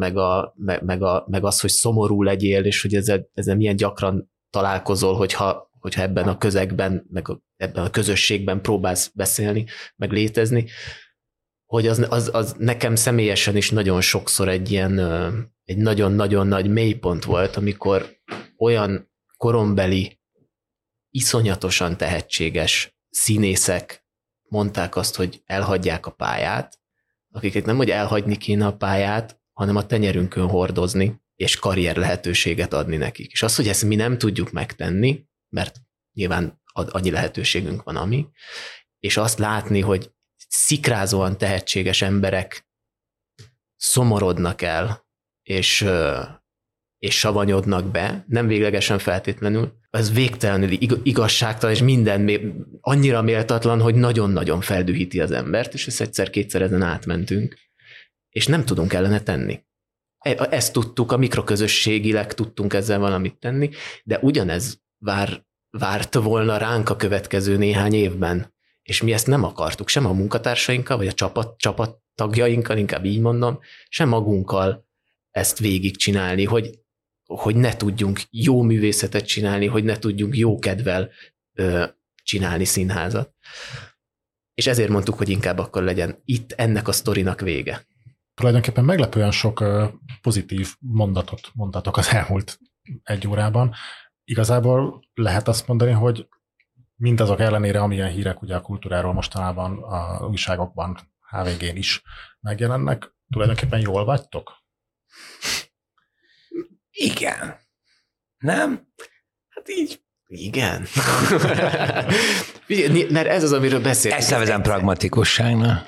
meg az, hogy szomorú legyél, és hogy ezzel milyen gyakran találkozol, hogyha ebben a közegben, meg ebben a közösségben próbálsz beszélni, meg létezni, hogy az nekem személyesen is nagyon sokszor egy nagyon-nagyon nagy mélypont volt, amikor olyan korombeli, iszonyatosan tehetséges színészek mondták azt, hogy elhagyják a pályát, akiket nem, hogy elhagyni kéne a pályát, hanem a tenyerünkön hordozni, és karrier lehetőséget adni nekik. És az, hogy ezt mi nem tudjuk megtenni, mert nyilván annyi lehetőségünk van, ami, és azt látni, hogy szikrázóan tehetséges emberek szomorodnak el, és savanyodnak be, nem véglegesen feltétlenül, ez végtelenül igazságtalan, és minden annyira méltatlan, hogy nagyon-nagyon feldühíti az embert, és ezt egyszer-kétszer ezen átmentünk, és nem tudunk ellene tenni. Ezt tudtuk, a mikroközösségileg tudtunk ezzel valamit tenni, de ugyanez várt volna ránk a következő néhány évben, és mi ezt nem akartuk, sem a munkatársainkkal, vagy a csapattagjainkkal, inkább így mondom, sem magunkkal ezt végigcsinálni, hogy ne tudjunk jó művészetet csinálni, hogy ne tudjunk jó kedvel csinálni színházat. És ezért mondtuk, hogy inkább akkor legyen itt ennek a sztorinak vége. Tulajdonképpen meglepően sok pozitív mondatot mondtatok az elmúlt egy órában. Igazából lehet azt mondani, hogy mindazok ellenére, amilyen hírek ugye a kultúráról mostanában a újságokban, HVG-n is megjelennek, tulajdonképpen jól vagytok? Igen. Nem? Hát így. Igen. Mert ez az, amiről beszélünk. Ezt nevezem pragmatikusságnak.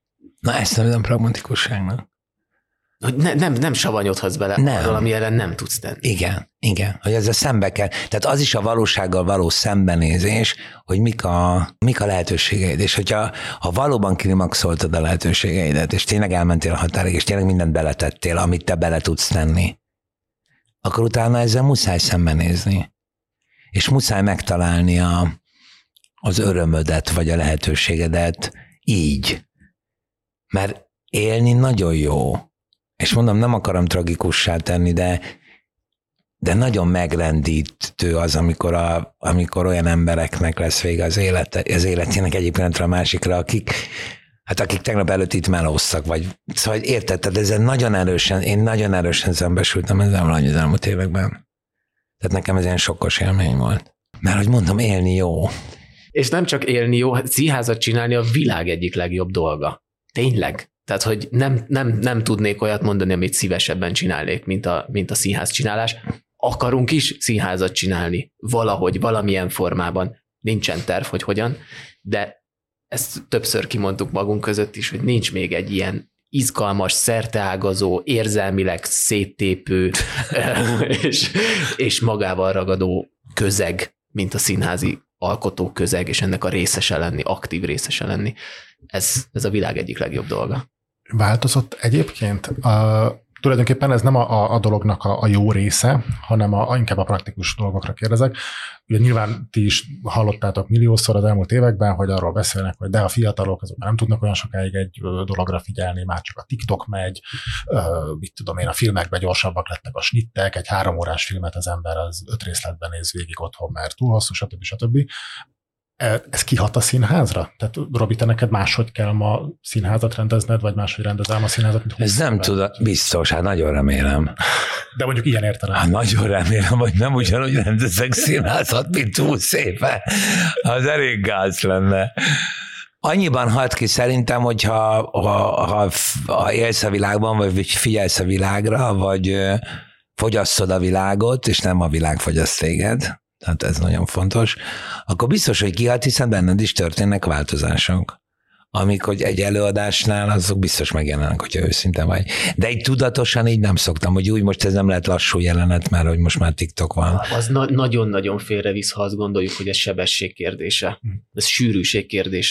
Hogy nem savanyodhatsz bele arról, ami ellen nem tudsz tenni. Igen. Hogy ezzel szembe kell. Tehát az is a valósággal való szembenézés, hogy mik a lehetőségeid. És hogyha valóban klimaxoltad a lehetőségeidet, és tényleg elmentél a határig, és tényleg mindent beletettél, amit te bele tudsz tenni, akkor utána ezzel muszáj szembenézni. És muszáj megtalálni az örömödet, vagy a lehetőségedet így. Mert élni nagyon jó. És mondom, nem akarom tragikussá tenni, de nagyon megrendítő az, amikor olyan embereknek lesz vége az életének egyik pillanatra a másikra, akik tegnap előtt itt melóztak, vagy szóval érted, tehát én nagyon erősen szembesültem ezzel az elmúlt években. Tehát nekem ez ilyen sokkos élmény volt. Mert hogy mondom, élni jó. És nem csak élni jó, színházat csinálni a világ egyik legjobb dolga. Tényleg. Tehát, hogy nem tudnék olyat mondani, amit szívesebben csinálnék, mint a színház csinálás. Akarunk is színházat csinálni. Valahogy, valamilyen formában. Nincsen terv, hogy hogyan, de ezt többször kimondtuk magunk között is, hogy nincs még egy ilyen izgalmas, szerteágazó, érzelmileg széttépő és magával ragadó közeg, mint a színházi alkotó közeg, és ennek a részese lenni, aktív részese lenni. Ez a világ egyik legjobb dolga. Változott egyébként? Tulajdonképpen ez nem a dolognak a jó része, hanem inkább a praktikus dolgokra kérdezek. Ugye nyilván ti is hallottátok milliószor az elmúlt években, hogy arról beszélnek, hogy de a fiatalok azok nem tudnak olyan sokáig egy dologra figyelni, már csak a TikTok megy, mit tudom én, a filmekben gyorsabbak lettek a snittek, egy 3 órás filmet az ember az 5 részletben néz végig otthon, mert túl hosszú, stb. Ez kihat a színházra? Tehát Robi, te neked máshogy kell ma színházat rendezned, vagy máshogy rendezel ma színházat? Mint ez nem tudom, biztos, nagyon remélem. De mondjuk ilyen értelem. Nagyon remélem, hogy nem ugyanúgy rendezek színházat, mint 20 éve. Az elég gáz lenne. Annyiban hat ki szerintem, hogy ha élsz a világban, vagy figyelsz a világra, vagy fogyasztod a világot, és nem a világ fogyaszt téged, tehát ez nagyon fontos, akkor biztos, hogy kihat, hiszen benned is történnek változások, amik, hogy egy előadásnál azok biztos megjelennek, hogyha őszinte vagy. De így tudatosan így nem szoktam, hogy úgy most ez nem lehet lassú jelenet, mert hogy most már TikTok van. Az nagyon-nagyon félrevisz, ha azt gondoljuk, hogy ez sebesség kérdése. Ez sűrűség kérdése.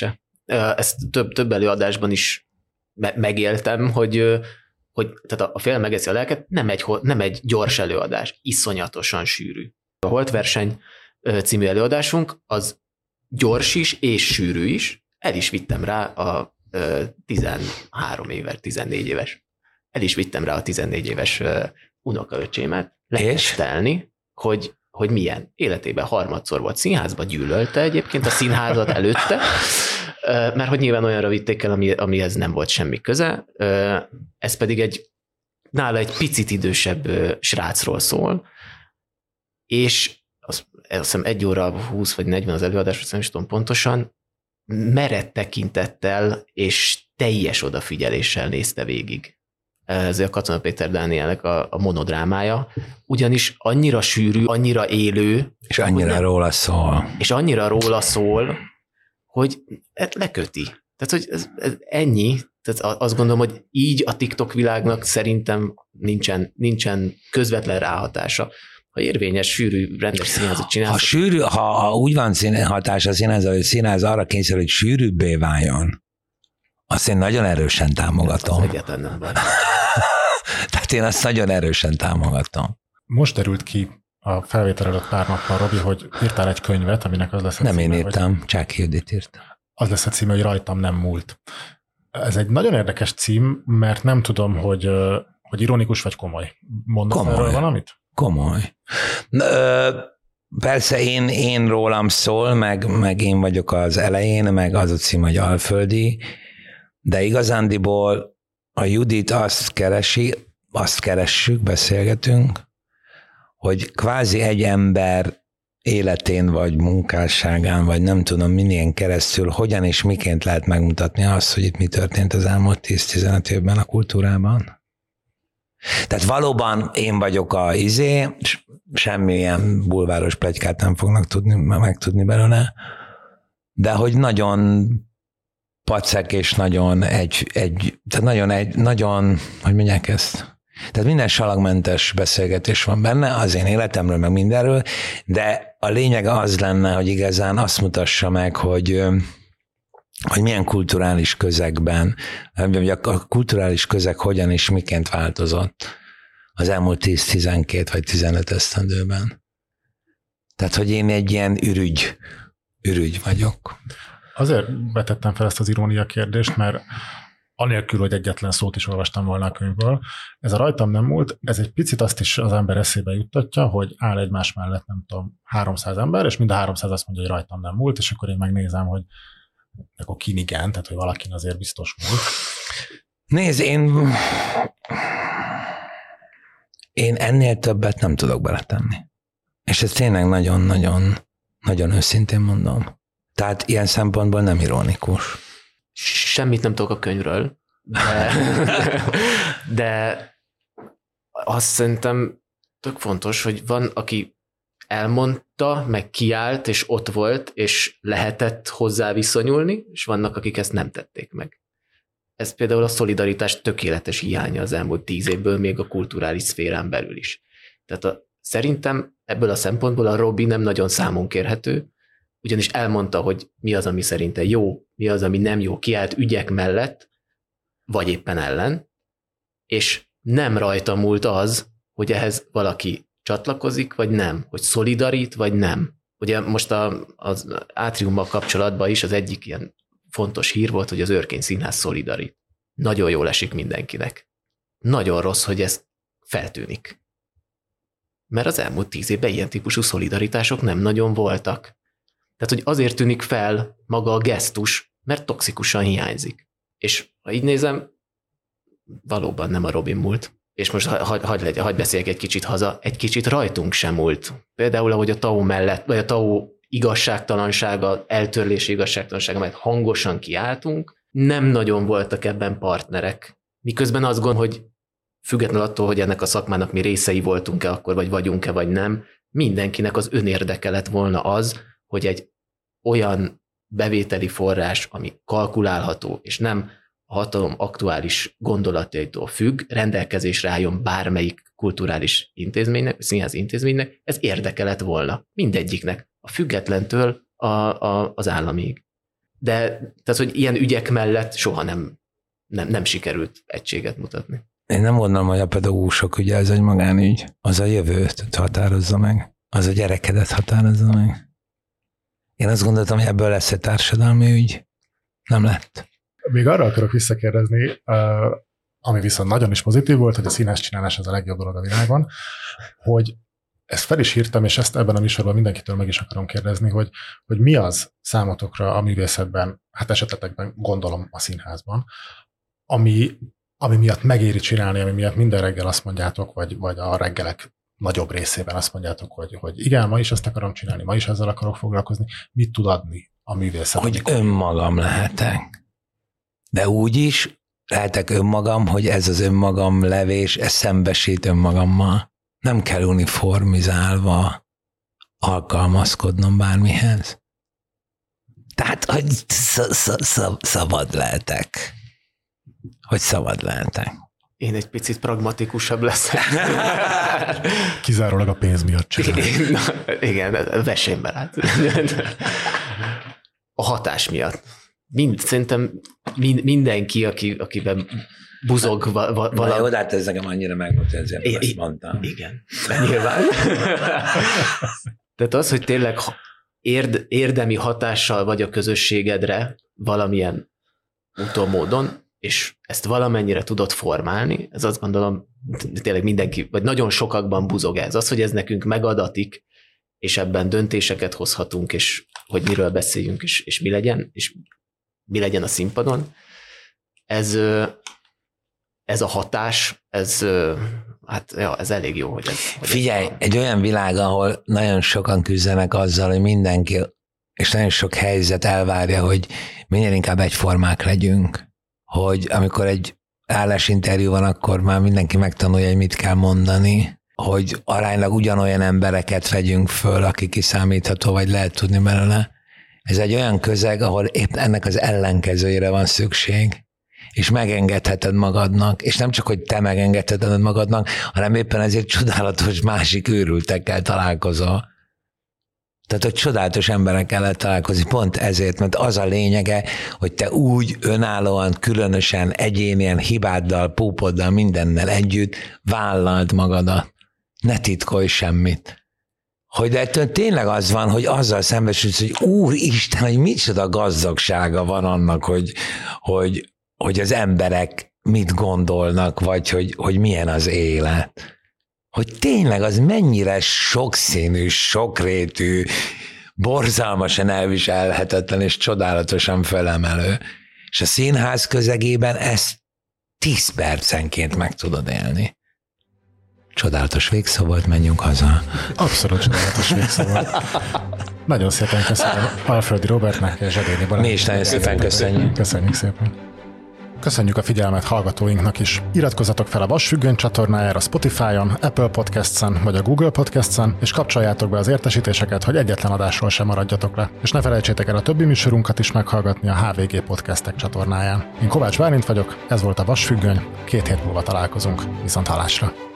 ezt több előadásban is megéltem, hogy tehát a félelem megeszi a lelket, nem egy gyors előadás, iszonyatosan sűrű. A Holtverseny című előadásunk az gyors is és sűrű is. El is vittem rá a 13 éves, 14 éves. El is vittem rá a 14 éves unokaöcsémet letesztelni, hogy milyen. Életében harmadszor volt színházba, gyűlölte egyébként a színházat előtte, mert hogy nyilván olyanra vitték el, amihez nem volt semmi köze. Ez pedig nála egy picit idősebb srácról szól, és azt hiszem 1 óra 20 vagy 40 az előadás, nem is tudom pontosan, merett tekintettel és teljes odafigyeléssel nézte végig. Ez a Katona Péter Dánielnek a monodrámája, ugyanis annyira sűrű, annyira élő. És annyira róla szól. És annyira róla szól, hogy leköti. Tehát, hogy ez ennyi. Tehát azt gondolom, hogy így a TikTok világnak szerintem nincsen közvetlen ráhatása. Ha érvényes, sűrű, rendes színházat csinálsz. Ha úgy van hatás a színház, hogy a színház arra kényszer, hogy sűrűbbé váljon, azt én nagyon erősen támogatom. Az egyetlen nem van. Tehát én azt nagyon erősen támogatom. Most derült ki a felvétel előtt pár nappal, Robi, hogy írtál egy könyvet, aminek az lesz a Nem címe, én írtam, csak Judit írtam. Az lesz a címe, hogy Rajtam nem múlt. Ez egy nagyon érdekes cím, mert nem tudom, hogy ironikus vagy komoly. Mondasz erről valamit? Komoly. Persze én rólam szól, meg én vagyok az elején, meg az a cím, hogy Alföldi, de igazándiból a Judit azt keressük, beszélgetünk, hogy kvázi egy ember életén, vagy munkásságán, vagy nem tudom milyen keresztül, hogyan és miként lehet megmutatni azt, hogy itt mi történt az elmúlt 10-15 évben a kultúrában. Tehát valóban én vagyok semmilyen bulváros pletykát nem fognak megtudni belőle, de hogy nagyon pacek és nagyon nagyon, hogy mondják ezt? Tehát minden salagmentes beszélgetés van benne, az én életemről, meg mindenről, de a lényeg az lenne, hogy igazán azt mutassa meg, hogy milyen kulturális közegben, vagy a kulturális közeg hogyan és miként változott az elmúlt 10-12 vagy 15 esztendőben. Tehát, hogy én egy ilyen ürügy vagyok. Azért vetettem fel ezt az irónia kérdést, mert anélkül, hogy egyetlen szót is olvastam volna a könyvből, ez a Rajtam nem múlt, ez egy picit azt is az ember eszébe juttatja, hogy áll egymás mellett, nem tudom, 300 ember, és mind a 300 azt mondja, hogy rajtam nem múlt, és akkor én megnézem, hogy akkor kin igen, tehát hogy valakin azért biztos múlt. Nézd, én ennél többet nem tudok beletenni. És ez tényleg nagyon-nagyon nagyon őszintén mondom. Tehát ilyen szempontból nem ironikus. Semmit nem tudok a könyvről, de azt szerintem tök fontos, hogy van, aki elmondta, meg kiállt, és ott volt, és lehetett hozzá viszonyulni, és vannak, akik ezt nem tették meg. Ez például a szolidaritás tökéletes hiánya az elmúlt 10 évből, még a kulturális szférán belül is. Tehát szerintem ebből a szempontból a Robi nem nagyon számon kérhető, ugyanis elmondta, hogy mi az, ami szerinte jó, mi az, ami nem jó, kiállt ügyek mellett, vagy éppen ellen, és nem rajta múlt az, hogy ehhez valaki csatlakozik, vagy nem, hogy szolidarít, vagy nem. Ugye most az átriummal kapcsolatban is az egyik ilyen fontos hír volt, hogy az Örkény Színház szolidarít. Nagyon jól esik mindenkinek. Nagyon rossz, hogy ez feltűnik. Mert az elmúlt 10 évben ilyen típusú szolidaritások nem nagyon voltak. Tehát, hogy azért tűnik fel maga a gesztus, mert toxikusan hiányzik. És ha így nézem, valóban nem a Robin múlt. És most hadd beszéljek egy kicsit haza, egy kicsit rajtunk sem múlt. Például, ahogy a TAO mellett, vagy a TAO igazságtalansága, eltörlési igazságtalansága, mert hangosan kiálltunk, nem nagyon voltak ebben partnerek. Miközben azt gondolom, hogy függetlenül attól, hogy ennek a szakmának mi részei voltunk-e akkor, vagy vagyunk-e, vagy nem, mindenkinek az önérdeke lett volna az, hogy egy olyan bevételi forrás, ami kalkulálható, és nem a hatalom aktuális gondolataitól függ, rendelkezésre álljon bármelyik kulturális intézménynek, színházi intézménynek, ez érdeke lett volna mindegyiknek, a függetlentől az államig. De tehát, hogy ilyen ügyek mellett soha nem sikerült egységet mutatni. Én nem gondolom, hogy a pedagógusok ügye ez egy magánügy. Az a jövőt határozza meg. Az a gyerekedet határozza meg. Én azt gondoltam, hogy ebből lesz egy társadalmi ügy. Nem lett. Még arra akarok visszakérdezni, ami viszont nagyon is pozitív volt, hogy a színház csinálás az a legjobb dolog a világon, hogy ezt fel is írtam, és ezt ebben a műsorban mindenkitől meg is akarom kérdezni, hogy mi az számotokra a művészetben, hát esetetekben gondolom a színházban, ami miatt megéri csinálni, ami miatt minden reggel azt mondjátok, vagy a reggelek nagyobb részében azt mondjátok, hogy igen, ma is ezt akarom csinálni, ma is ezzel akarok foglalkozni. Mit tud adni a művészet? Hogy önmagam lehetek. De úgy is lehetek önmagam, hogy ez az önmagam levés, ez szembesít önmagammal. Nem kell uniformizálva alkalmazkodnom bármihez. Tehát, hogy szabad lehetek. Hogy szabad lehetek. Én egy picit pragmatikusabb leszek. Kizárólag a pénz miatt csinálni. Igen, vesénbe lát. A hatás miatt. Szerintem mindenki, akiben buzog valami. Jó, de hát ez nekem annyira megmondta, ezért ezt mondtam. Igen, nyilván. Tehát az, hogy tényleg érdemi hatással vagy a közösségedre valamilyen úton, módon, és ezt valamennyire tudod formálni, ez azt gondolom, tényleg mindenki, vagy nagyon sokakban buzog ez. Az, hogy ez nekünk megadatik, és ebben döntéseket hozhatunk, és hogy miről beszéljünk, és mi legyen a színpadon. Ez a hatás, ez elég jó, hogy ez... Figyelj, egy olyan világ, ahol nagyon sokan küzdenek azzal, hogy mindenki, és nagyon sok helyzet elvárja, hogy minél inkább egyformák legyünk, hogy amikor egy állásinterjú van, akkor már mindenki megtanulja, hogy mit kell mondani, hogy aránylag ugyanolyan embereket vegyünk föl, aki kiszámítható, vagy lehet tudni belőle. Ez egy olyan közeg, ahol épp ennek az ellenkezőjére van szükség, és megengedheted magadnak, és nem csak, hogy te megengedheted magadnak, hanem éppen ezért csodálatos másik őrültekkel találkozol. Tehát, hogy csodálatos emberekkel lehet találkozni, pont ezért, mert az a lényege, hogy te úgy önállóan, különösen egyénien, hibáddal, púpoddal, mindennel együtt vállald magadat. Ne titkolj semmit. Hogy de ettől tényleg az van, hogy azzal szembesülsz, hogy Úristen, hogy micsoda gazdagsága van annak, hogy az emberek mit gondolnak, vagy hogy milyen az élet. Hogy tényleg az mennyire sokszínű, sokrétű, borzalmasan elviselhetetlen és csodálatosan felemelő. És a színház közegében ezt 10 percenként meg tudod élni. Csodálatos végszó volt, menjünk haza. Abszolút csodálatos végszó volt. Nagyon szépen köszönöm Alföldi Robertnek és Zsedényi Balázsnak. Mi is nagyon szépen köszönjük. Köszönjük szépen. Köszönjük a figyelmet hallgatóinknak is. Iratkozzatok fel a Vasfüggöny csatornájára Spotify-on, Apple Podcasts-en vagy a Google Podcasts-en, és kapcsoljátok be az értesítéseket, hogy egyetlen adásról sem maradjatok le. És ne felejtsétek el a többi műsorunkat is meghallgatni a HVG Podcastek csatornáján. Én Kovács Bálint vagyok, ez volt a Vasfüggöny, 2 hét múlva találkozunk. Viszont hallásra!